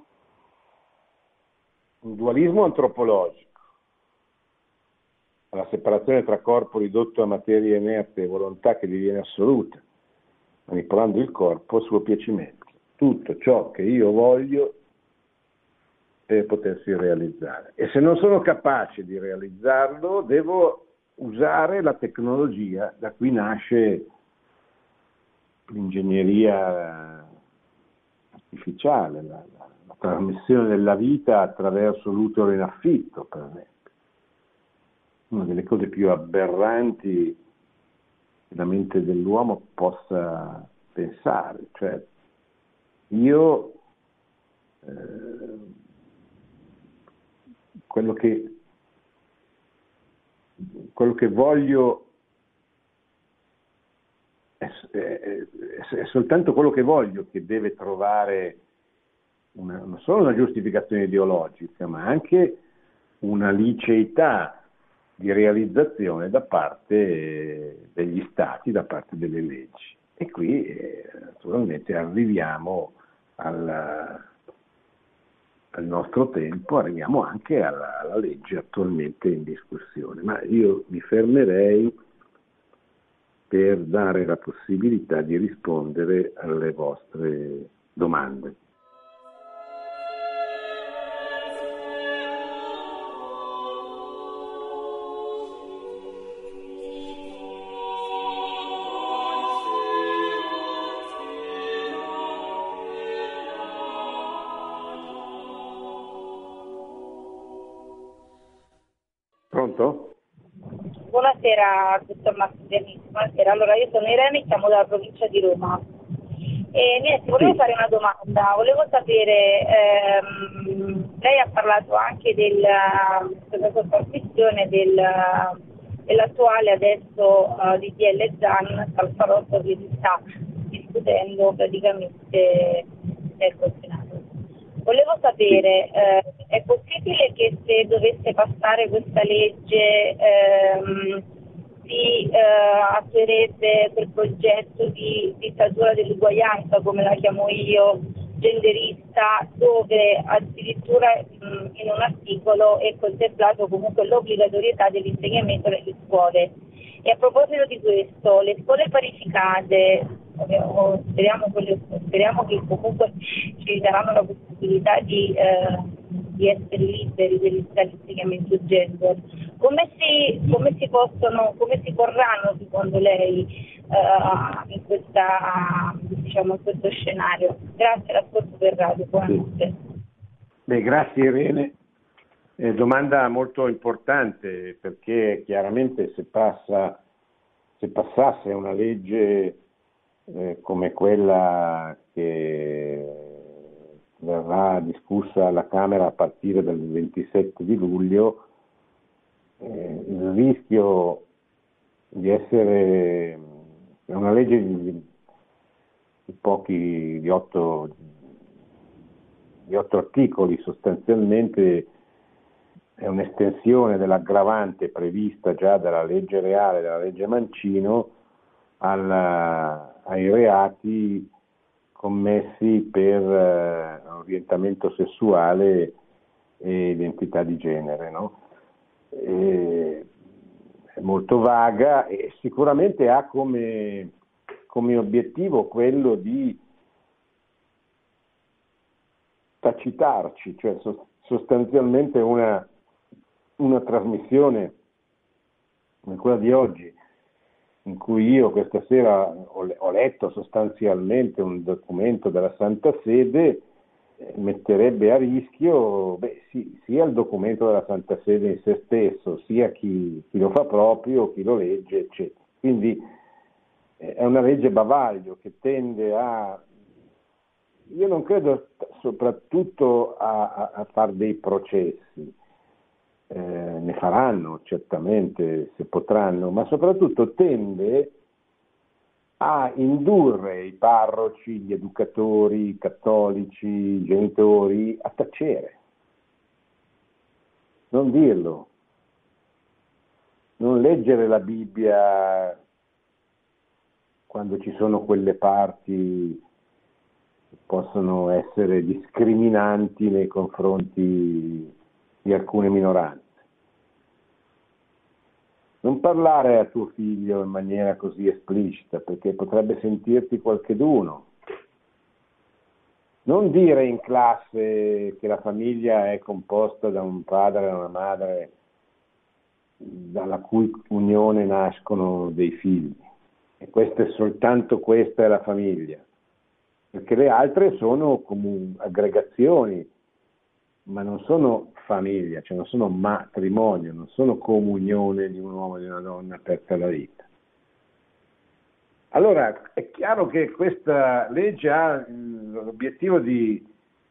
un dualismo antropologico, la separazione tra corpo ridotto a materia inerte e volontà che diviene assoluta, manipolando il corpo a suo piacimento. Tutto ciò che io voglio deve potersi realizzare. E se non sono capace di realizzarlo, devo usare la tecnologia da cui nasce l'ingegneria artificiale, la, la, la trasmissione della vita attraverso l'utero in affitto, per esempio. Una delle cose più aberranti che la mente dell'uomo possa pensare, cioè io eh, quello che quello che voglio è, è, è soltanto quello che voglio che deve trovare una, non solo una giustificazione ideologica, ma anche una liceità di realizzazione da parte degli stati, da parte delle leggi. E qui eh, naturalmente arriviamo al, al nostro tempo, arriviamo anche alla, alla legge attualmente in discussione. Ma io mi fermerei per dare la possibilità di rispondere alle vostre domande. Pronto? Buonasera, dottor Massimiliano. Buonasera. Allora, io sono Irene, chiamo dalla provincia di Roma. E niente, volevo Sì. fare una domanda. Volevo sapere, ehm, lei ha parlato anche del, questa sua trasmissione del, dell'attuale adesso uh, D D L Zan, al salotto che si sta discutendo praticamente nel Senato. Volevo sapere, eh, è possibile che se dovesse passare questa legge ehm, si eh, attuerebbe quel progetto di dittatura dell'uguaglianza, come la chiamo io, genderista, dove addirittura mh, in un articolo è contemplato comunque l'obbligatorietà dell'insegnamento nelle scuole. E a proposito di questo, le scuole parificate, speriamo, speriamo che comunque ci daranno la possibilità di, eh, di essere liberi dall'insegnamento gender. Come si, come si possono, come si porranno secondo lei eh, in, questa, diciamo, in questo scenario? Grazie, l'ascolto per radio, buonanotte. Beh, grazie Irene. Eh, domanda molto importante, perché chiaramente se passa, se passasse una legge eh, come quella che verrà discussa alla Camera a partire dal ventisette di luglio, eh, il rischio di essere una legge di, di pochi, di otto, di otto articoli sostanzialmente, è un'estensione dell'aggravante prevista già dalla legge Reale, dalla legge Mancino, alla, ai reati commessi per eh, orientamento sessuale e identità di genere, no? E, è molto vaga e sicuramente ha come, come obiettivo quello di tacitarci, cioè sostanzialmente una una trasmissione come quella di oggi, in cui io questa sera ho, ho letto sostanzialmente un documento della Santa Sede, eh, metterebbe a rischio beh, sì, sia il documento della Santa Sede in se stesso, sia chi, chi lo fa proprio, chi lo legge, eccetera. Quindi eh, è una legge bavaglio che tende a, io non credo soprattutto a, a, a fare dei processi, Eh, ne faranno certamente se potranno, ma soprattutto tende a indurre i parroci, gli educatori, i cattolici, i genitori a tacere, non dirlo, non leggere la Bibbia quando ci sono quelle parti che possono essere discriminanti nei confronti di alcune minoranze. Non parlare a tuo figlio in maniera così esplicita, perché potrebbe sentirti qualcheduno. Non dire in classe che la famiglia è composta da un padre e una madre dalla cui unione nascono dei figli. E questa è soltanto questa è la famiglia. Perché le altre sono come aggregazioni, ma non sono famiglia, cioè non sono matrimonio, non sono comunione di un uomo e di una donna aperta alla vita. Allora è chiaro che questa legge ha l'obiettivo di,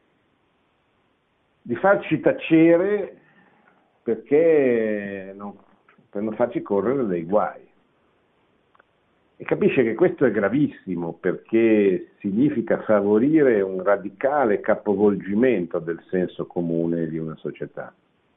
di farci tacere perché non, per non farci correre dei guai. E capisce che questo è gravissimo perché significa favorire un radicale capovolgimento del senso comune di una società.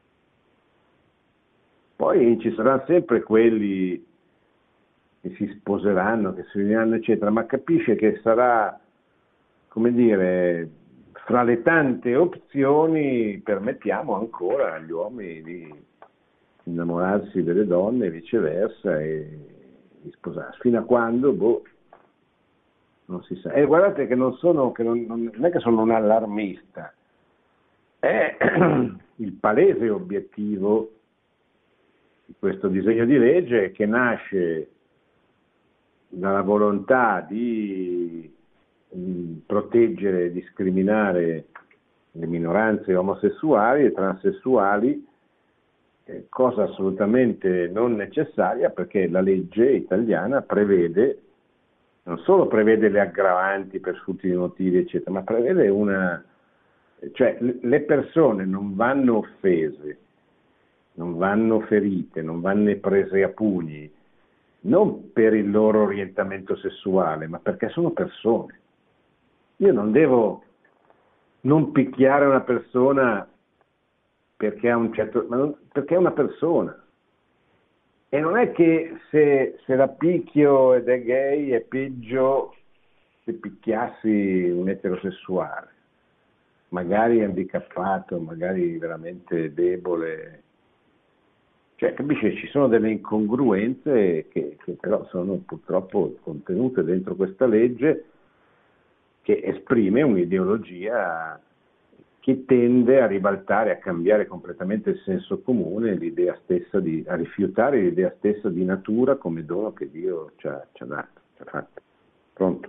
Poi ci saranno sempre quelli che si sposeranno, che si uniranno, eccetera, ma capisce che sarà, come dire, fra le tante opzioni permettiamo ancora agli uomini di innamorarsi delle donne e viceversa e di sposarsi, fino a quando, boh, non si sa. E guardate che non sono, che non, non è che sono un allarmista, è il palese obiettivo di questo disegno di legge che nasce dalla volontà di mh, proteggere e discriminare le minoranze omosessuali e transessuali, cosa assolutamente non necessaria perché la legge italiana prevede, non solo prevede le aggravanti per sfrutti di motivi eccetera, ma prevede una, cioè le persone non vanno offese, non vanno ferite, non vanno prese a pugni, non per il loro orientamento sessuale, ma perché sono persone. Io non devo non picchiare una persona perché ha un certo, ma non, perché è una persona E non è che se, se la picchio ed è gay è peggio se picchiassi un eterosessuale, magari handicappato, magari veramente debole. Cioè, capisci, ci sono delle incongruenze che, che però sono purtroppo contenute dentro questa legge, che esprime un'ideologia che tende a ribaltare, a cambiare completamente il senso comune, l'idea stessa di, a rifiutare l'idea stessa di natura come dono che Dio ci ha, ci ha dato, ci ha fatto. Pronto?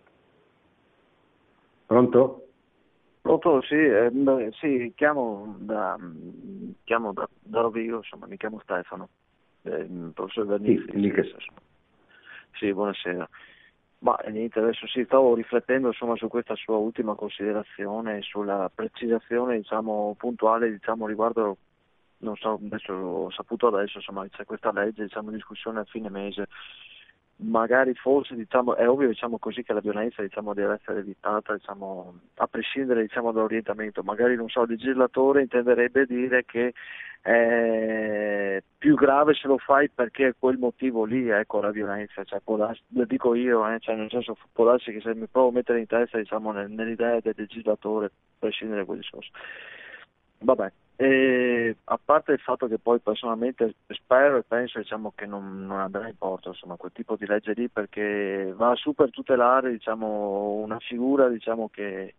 Pronto? Pronto, sì, eh, beh, sì, chiamo da, chiamo da, da Rovigo, insomma, mi chiamo Stefano, eh, professor Vernizzi. Sì, che... sì, buonasera. Ma niente, adesso sì, stavo riflettendo insomma su questa sua ultima considerazione, sulla precisazione diciamo puntuale diciamo riguardo, non so, adesso ho saputo adesso insomma c'è questa legge diciamo in discussione a fine mese. Magari forse diciamo è ovvio diciamo così che la violenza diciamo deve essere evitata diciamo a prescindere diciamo dall'orientamento, magari non so il legislatore intenderebbe dire che è più grave se lo fai perché è quel motivo lì, ecco la violenza, cioè può darsi, lo dico io, eh, cioè nel senso può darsi che se mi provo a mettere in testa diciamo nel, nell'idea del legislatore a prescindere da quel discorso. Vabbè, e a parte il fatto che poi personalmente spero e penso diciamo che non, non andrà in porto insomma quel tipo di legge lì, perché va su per tutelare diciamo una figura diciamo che,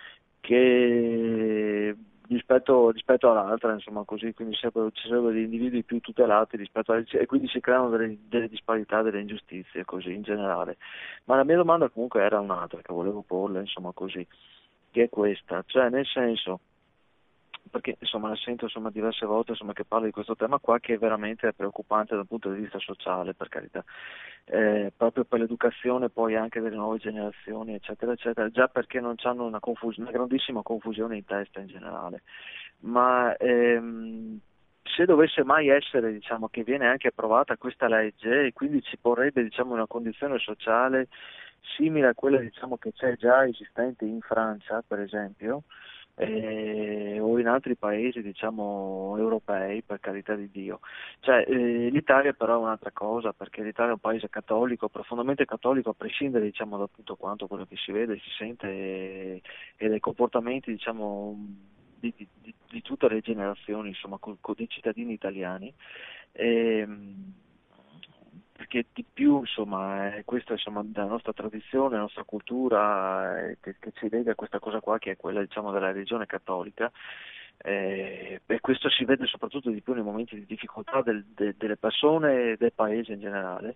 che rispetto, rispetto all'altra insomma così, quindi ci sarebbero degli individui più tutelati rispetto a, e quindi si creano delle, delle disparità, delle ingiustizie così in generale. Ma la mia domanda comunque era un'altra che volevo porle insomma così, che è questa, cioè nel senso, perché insomma la sento insomma diverse volte insomma che parla di questo tema qua, che è veramente preoccupante dal punto di vista sociale, per carità, eh, proprio per l'educazione poi anche delle nuove generazioni eccetera eccetera, già perché non hanno una, confus- una grandissima confusione in testa in generale, ma ehm, se dovesse mai essere diciamo che viene anche approvata questa legge e quindi ci porrebbe diciamo una condizione sociale simile a quella diciamo che c'è già esistente in Francia per esempio, Eh, o in altri paesi diciamo europei, per carità di Dio, cioè eh, l'Italia però è un'altra cosa, perché l'Italia è un paese cattolico, profondamente cattolico, a prescindere diciamo da tutto quanto quello che si vede, si sente e, e dai comportamenti diciamo di, di, di tutte le generazioni insomma con, con i cittadini italiani. E, perché di più insomma è questa insomma della nostra tradizione, la nostra cultura eh, che, che ci lega a questa cosa qua, che è quella diciamo della religione cattolica, eh, e questo si vede soprattutto di più nei momenti di difficoltà del, de, delle persone e del paese in generale.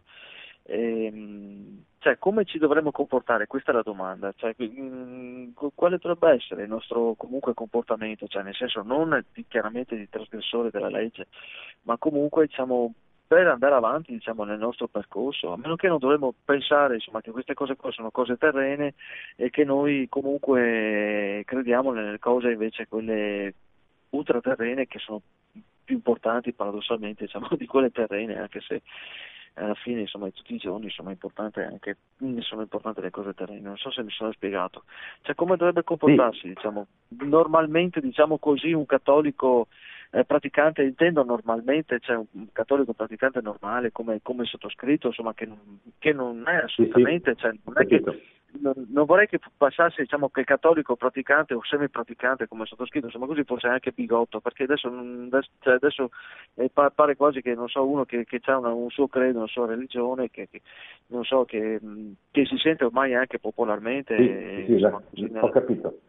E, cioè come ci dovremmo comportare? Questa è la domanda, cioè, mh, quale dovrebbe essere il nostro comunque comportamento, cioè nel senso non di, chiaramente di trasgressore della legge, ma comunque diciamo per andare avanti diciamo nel nostro percorso, a meno che non dovremmo pensare insomma che queste cose qua sono cose terrene e che noi comunque crediamo nelle cose invece quelle ultraterrene che sono più importanti paradossalmente diciamo di quelle terrene, anche se alla fine insomma tutti i giorni insomma è importante anche sono importanti le cose terrene. Non so se mi sono spiegato, cioè come dovrebbe comportarsi sì. diciamo normalmente diciamo così un cattolico eh, praticante, intendo normalmente, cioè un cattolico praticante normale come, come sottoscritto insomma che non, che non è assolutamente, sì, sì. Cioè, non, è che, non, non vorrei che passasse diciamo che il cattolico praticante o semi-praticante come sottoscritto insomma così fosse anche bigotto, perché adesso, adesso, cioè adesso eh, pare quasi che non so uno che, che ha una, un suo credo, una sua religione che, che non so che, che si sente ormai anche popolarmente sì, e, sì, insomma, sì, così, ho capito.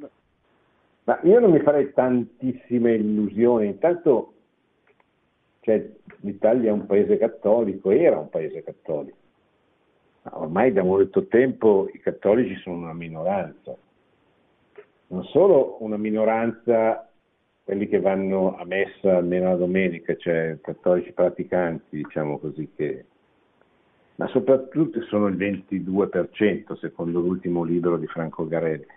Ma io non mi farei tantissime illusioni. Intanto cioè, l'Italia è un paese cattolico, era un paese cattolico. Ma ormai da molto tempo i cattolici sono una minoranza. Non solo una minoranza, quelli che vanno a messa almeno la domenica, cioè cattolici praticanti, diciamo così, che, ma soprattutto sono il ventidue per cento secondo l'ultimo libro di Franco Garelli.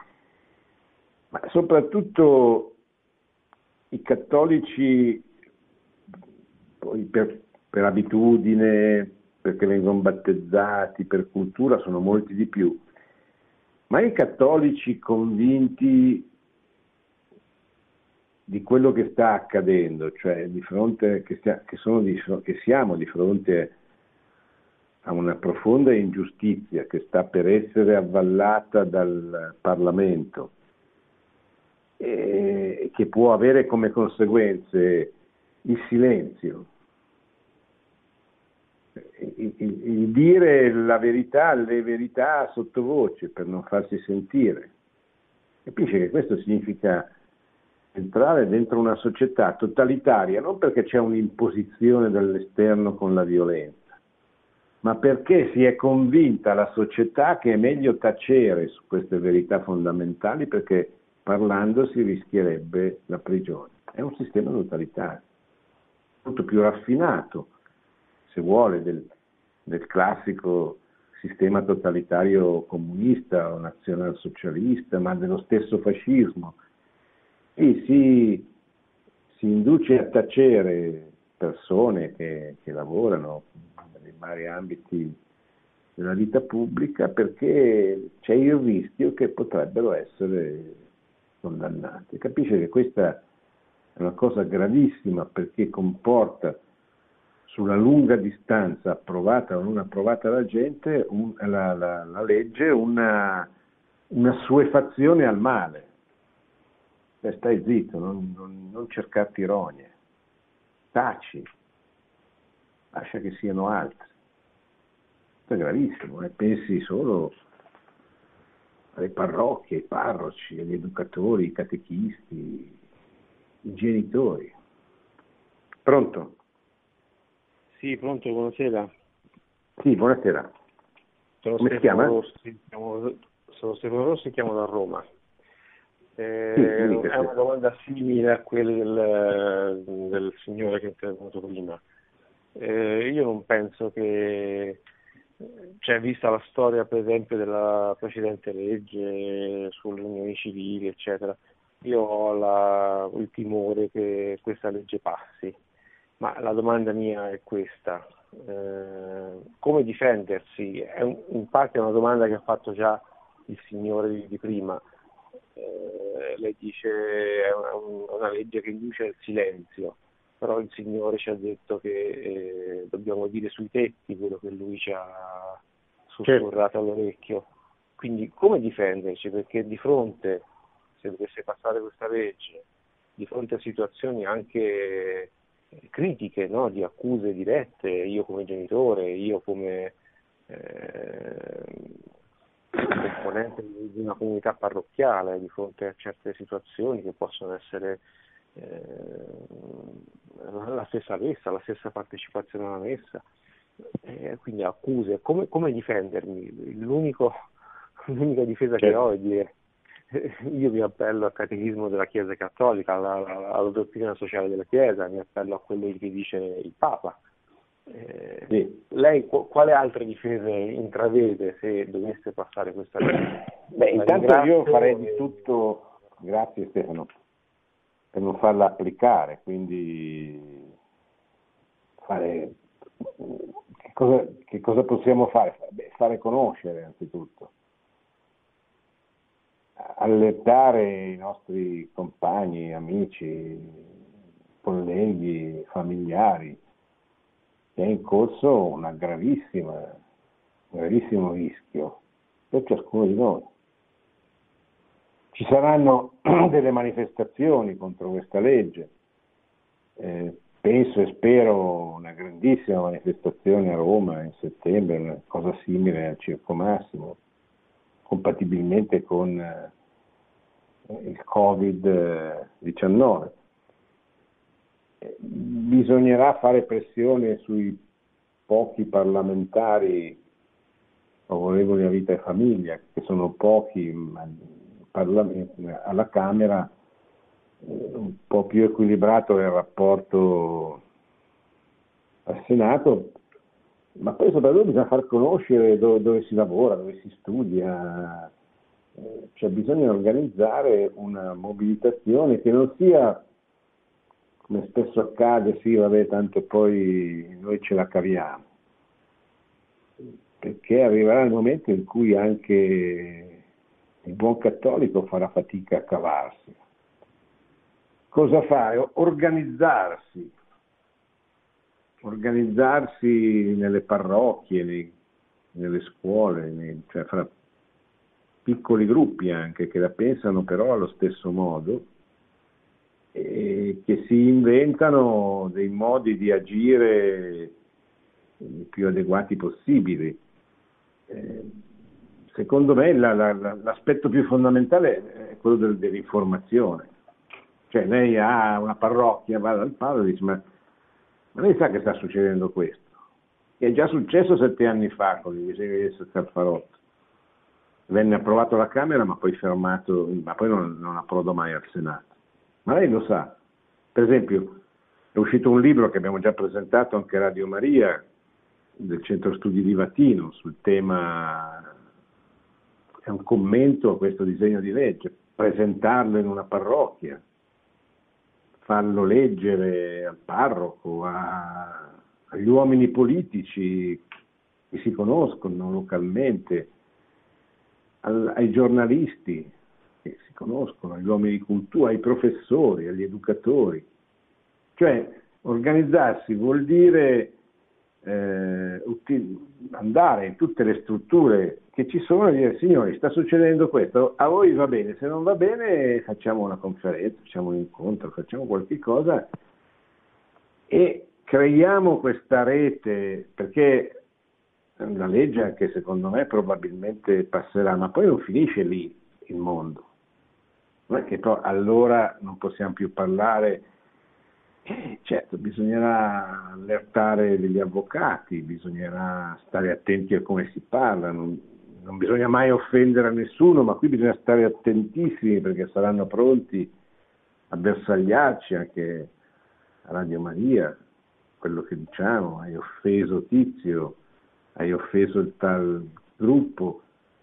Ma soprattutto i cattolici poi per, per abitudine, perché vengono battezzati, per cultura sono molti di più, ma i cattolici convinti di quello che sta accadendo, cioè di fronte, che, stia, che, sono di, che siamo di fronte a una profonda ingiustizia che sta per essere avvallata dal Parlamento e che può avere come conseguenze il silenzio, il, il, il dire la verità, le verità sottovoce per non farsi sentire. Capisce che questo significa entrare dentro una società totalitaria, non perché c'è un'imposizione dall'esterno con la violenza, ma perché si è convinta la società che è meglio tacere su queste verità fondamentali, perché parlando si rischierebbe la prigione. È un sistema totalitario, molto più raffinato, se vuole, del, del classico sistema totalitario comunista o nazionalsocialista, ma dello stesso fascismo. E si, si induce a tacere persone che, che lavorano nei vari ambiti della vita pubblica perché c'è il rischio che potrebbero essere condannati. Capisce che questa è una cosa gravissima perché comporta sulla lunga distanza, approvata o non approvata la gente, un, la, la, la legge, una, una suefazione al male. Beh, stai zitto, non, non, non cercarti ironie, taci, lascia che siano altri. Questo è gravissimo, eh? Pensi solo alle parrocchie, ai parroci, agli educatori, ai catechisti, i genitori. Pronto? Sì, pronto, buonasera. Sì, buonasera. Sono Come si Stefano chiama? Rossi, chiamo, sono Stefano Rossi, chiamo da Roma. Eh, Sì, è una domanda simile a quella del, del signore che è intervenuto prima. Eh, io non penso che, cioè, vista la storia per esempio della precedente legge sulle unioni civili, eccetera, io ho la, il timore che questa legge passi. Ma la domanda mia è questa: eh, come difendersi? È un, in parte è una domanda che ha fatto già il signore di, di prima. Eh, lei dice è una, una legge che induce al silenzio, però il signore ci ha detto che eh, dobbiamo dire sui tetti quello che lui ci ha sussurrato all'orecchio. Quindi come difenderci? Perché di fronte, se dovesse passare questa legge, di fronte a situazioni anche critiche, no? Di accuse dirette, io come genitore, io come eh, componente di una comunità parrocchiale, di fronte a certe situazioni che possono essere eh, la stessa messa, la stessa partecipazione alla messa, eh, quindi accuse, come, come difendermi? L'unico, l'unica difesa certo. che ho è dire io mi appello al catechismo della Chiesa Cattolica, alla, alla, alla dottrina sociale della Chiesa, mi appello a quello che dice il Papa. Eh, sì. Lei qu- quale altre difese intravede se dovesse passare questa legge? Beh, intanto io farei di tutto, grazie Stefano, per non farla applicare, quindi fare che cosa, che cosa possiamo fare? Beh, fare conoscere anzitutto. Allertare i nostri compagni, amici, colleghi, familiari che è in corso una gravissima, un gravissimo rischio per ciascuno di noi. Ci saranno delle manifestazioni contro questa legge, eh, penso e spero una grandissima manifestazione a Roma in settembre, una cosa simile al Circo Massimo, compatibilmente con eh, il covid diciannove. Bisognerà fare pressione sui pochi parlamentari favorevoli a vita e famiglia, che sono pochi, ma alla Camera un po' più equilibrato è il rapporto al Senato, ma poi soprattutto bisogna far conoscere dove, dove si lavora, dove si studia, cioè bisogna organizzare una mobilitazione che non sia, come spesso accade, sì vabbè tanto poi noi ce la caviamo, perché arriverà il momento in cui anche il buon cattolico farà fatica a cavarsi. Cosa fare? Organizzarsi, organizzarsi nelle parrocchie, nei, nelle scuole, nei, cioè fra piccoli gruppi anche che la pensano però allo stesso modo e che si inventano dei modi di agire più adeguati possibili. Eh, secondo me la, la, l'aspetto più fondamentale è quello del, dell'informazione. Cioè lei ha una parrocchia, va dal padre e dice ma, ma lei sa che sta succedendo questo? Che è già successo sette anni fa con il disegno di Scalfarotto. Venne approvato alla Camera ma poi fermato, ma poi non, non approdò mai al Senato. Ma lei lo sa. Per esempio è uscito un libro che abbiamo già presentato anche a Radio Maria del Centro Studi di Vatino sul tema, è un commento a questo disegno di legge, presentarlo in una parrocchia, farlo leggere al parroco, a, agli uomini politici che si conoscono localmente, al, ai giornalisti che si conoscono, agli uomini di cultura, ai professori, agli educatori. Cioè organizzarsi vuol dire eh, andare in tutte le strutture che ci sono e dire signori sta succedendo questo, a voi va bene, se non va bene facciamo una conferenza, facciamo un incontro, facciamo qualche cosa e creiamo questa rete, perché la legge anche secondo me probabilmente passerà, ma poi non finisce lì il mondo. Non è che però allora non possiamo più parlare, eh, certo bisognerà allertare degli avvocati, bisognerà stare attenti a come si parla, non, non bisogna mai offendere a nessuno, ma qui bisogna stare attentissimi perché saranno pronti a bersagliarci anche a Radio Maria, quello che diciamo, hai offeso Tizio, hai offeso il tal gruppo,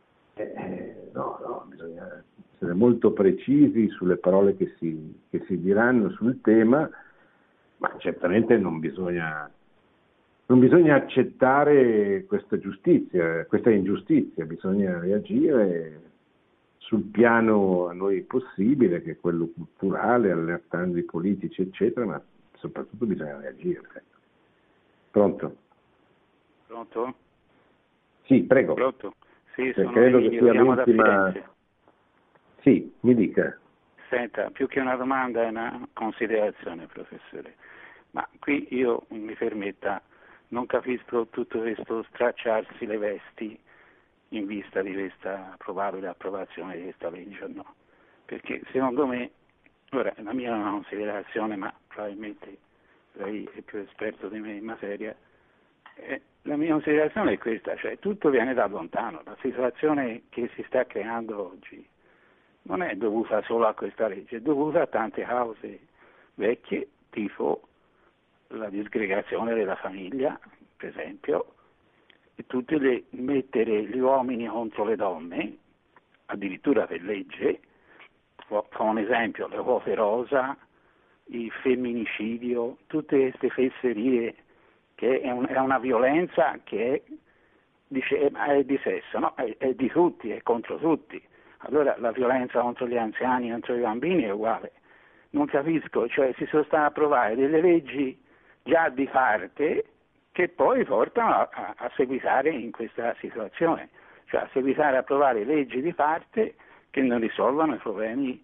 eh, no, no, bisogna essere molto precisi sulle parole che si, che si diranno sul tema, ma certamente non bisogna, non bisogna accettare questa giustizia, questa ingiustizia, bisogna reagire sul piano a noi possibile, che è quello culturale, allertando i politici, eccetera, ma soprattutto bisogna reagire. Pronto? Pronto? Sì, prego. Pronto? Sì, Cioè, sono credo Emilio, che sia chiamo da l'ultima. Firenze. Sì, mi dica. Senta, più che una domanda è una considerazione, professore. Ma qui io mi permetta, non capisco tutto questo stracciarsi le vesti in vista di questa probabile approvazione di questa legge o no. Perché secondo me, ora la mia è una considerazione, ma probabilmente lei è più esperto di me in materia, eh, la mia considerazione è questa, cioè tutto viene da lontano, la situazione che si sta creando oggi non è dovuta solo a questa legge, è dovuta a tante cause vecchie, tipo la disgregazione della famiglia, per esempio, e tutte le mettere gli uomini contro le donne, addirittura per legge, fa un esempio, le quote rosa, il femminicidio, tutte queste fesserie, che è, un, è una violenza che è, dice, è di sesso, no? è, è di tutti, è contro tutti. Allora la violenza contro gli anziani, contro i bambini è uguale. Non capisco, cioè si sono state a approvare delle leggi già di parte che poi portano a, a, a seguitare in questa situazione, cioè a seguitare a approvare leggi di parte che non risolvono i problemi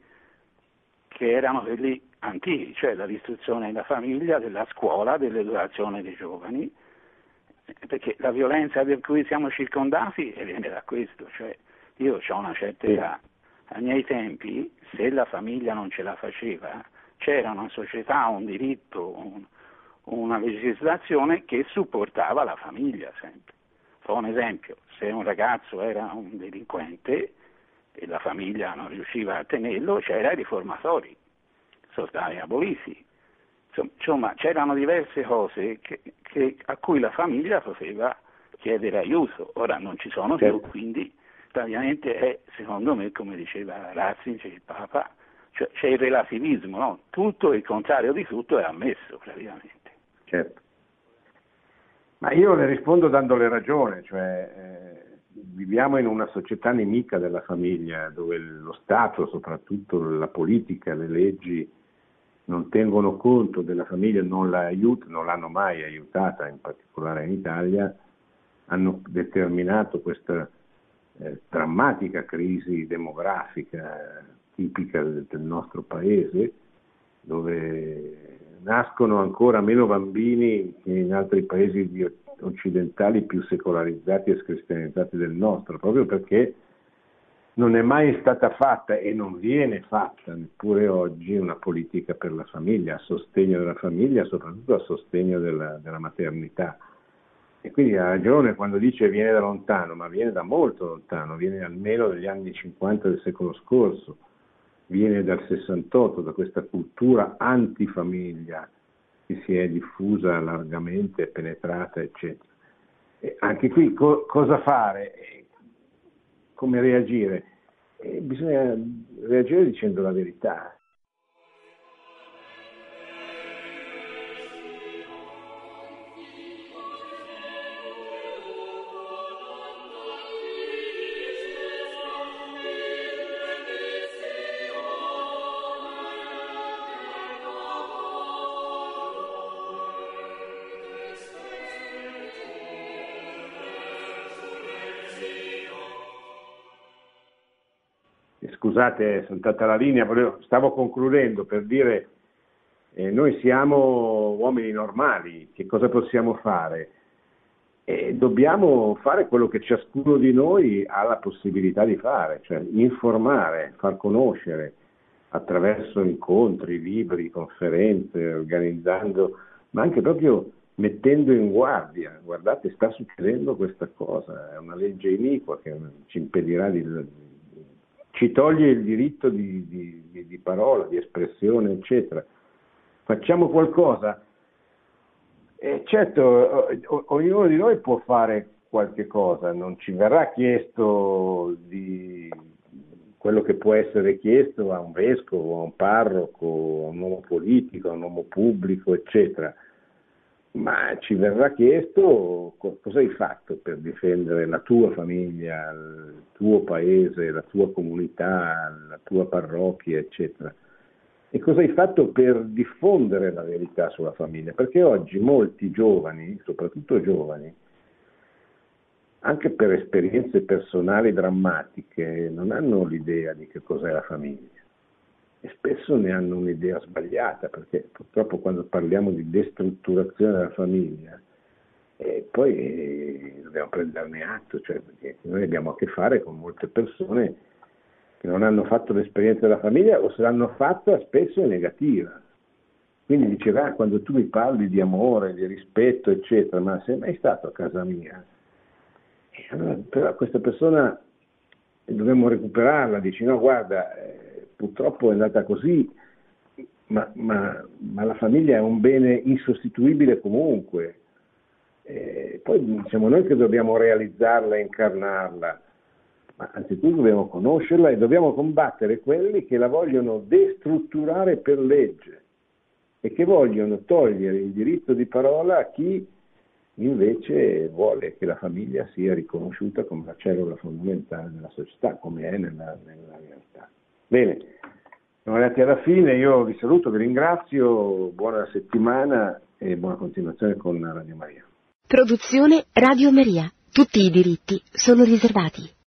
che erano quelli antichi, cioè dall'istruzione della famiglia, della scuola, dell'educazione dei giovani, perché la violenza per cui siamo circondati viene da questo, cioè io ho una certa età, ai miei tempi se la famiglia non ce la faceva c'era una società, un diritto, un, una legislazione che supportava la famiglia sempre. Fa un esempio, se un ragazzo era un delinquente e la famiglia non riusciva a tenerlo, c'era i riformatori, sono stati aboliti. Insomma, c'erano diverse cose che, che, a cui la famiglia poteva chiedere aiuto, ora non ci sono più, quindi praticamente è, secondo me, come diceva Ratzinger, il Papa, cioè c'è il relativismo, no? Tutto il contrario di tutto è ammesso praticamente. Certo. Ma io le rispondo dandole ragione, cioè eh, viviamo in una società nemica della famiglia, dove lo Stato, soprattutto la politica, le leggi, non tengono conto della famiglia, non la aiutano, non l'hanno mai aiutata, in particolare in Italia, hanno determinato questa eh, drammatica crisi demografica tipica del, del nostro paese, dove nascono ancora meno bambini che in altri paesi di, occidentali più secolarizzati e scristianizzati del nostro, proprio perché non è mai stata fatta e non viene fatta neppure oggi una politica per la famiglia, a sostegno della famiglia, soprattutto a sostegno della, della maternità. E quindi ha ragione quando dice viene da lontano, ma viene da molto lontano, viene almeno dagli anni cinquanta del secolo scorso, viene dal sessantotto, da questa cultura antifamiglia che si è diffusa largamente, penetrata, eccetera. E anche qui co- cosa fare? Come reagire? E bisogna reagire dicendo la verità. Scusate, è saltata la linea, volevo, stavo concludendo per dire eh, noi siamo uomini normali, che cosa possiamo fare? E dobbiamo fare quello che ciascuno di noi ha la possibilità di fare, cioè informare, far conoscere attraverso incontri, libri, conferenze, organizzando, ma anche proprio mettendo in guardia. Guardate, sta succedendo questa cosa, è una legge iniqua che ci impedirà di... ci toglie il diritto di, di, di parola, di espressione, eccetera. Facciamo qualcosa? E certo, ognuno di noi può fare qualche cosa, non ci verrà chiesto di quello che può essere chiesto a un vescovo, a un parroco, a un uomo politico, a un uomo pubblico, eccetera. Ma ci verrà chiesto cosa hai fatto per difendere la tua famiglia, il tuo paese, la tua comunità, la tua parrocchia, eccetera. E cosa hai fatto per diffondere la verità sulla famiglia? Perché oggi molti giovani, soprattutto giovani, anche per esperienze personali drammatiche, non hanno l'idea di che cos'è la famiglia. E spesso ne hanno un'idea sbagliata, perché purtroppo quando parliamo di destrutturazione della famiglia, eh, poi eh, dobbiamo prenderne atto, cioè perché noi abbiamo a che fare con molte persone che non hanno fatto l'esperienza della famiglia o se l'hanno fatta spesso è negativa. Quindi diceva, ah, quando tu mi parli di amore, di rispetto, eccetera, ma sei mai stato a casa mia? E allora, però questa persona dobbiamo recuperarla, dici no, guarda, eh, purtroppo è andata così, ma, ma, ma la famiglia è un bene insostituibile comunque. E poi siamo noi che dobbiamo realizzarla e incarnarla, ma anzitutto dobbiamo conoscerla e dobbiamo combattere quelli che la vogliono destrutturare per legge e che vogliono togliere il diritto di parola a chi invece vuole che la famiglia sia riconosciuta come la cellula fondamentale della società, come è nella, nella realtà. Bene, siamo arrivati alla fine, io vi saluto, vi ringrazio, buona settimana e buona continuazione con Radio Maria. Produzione Radio Maria. Tutti i diritti sono riservati.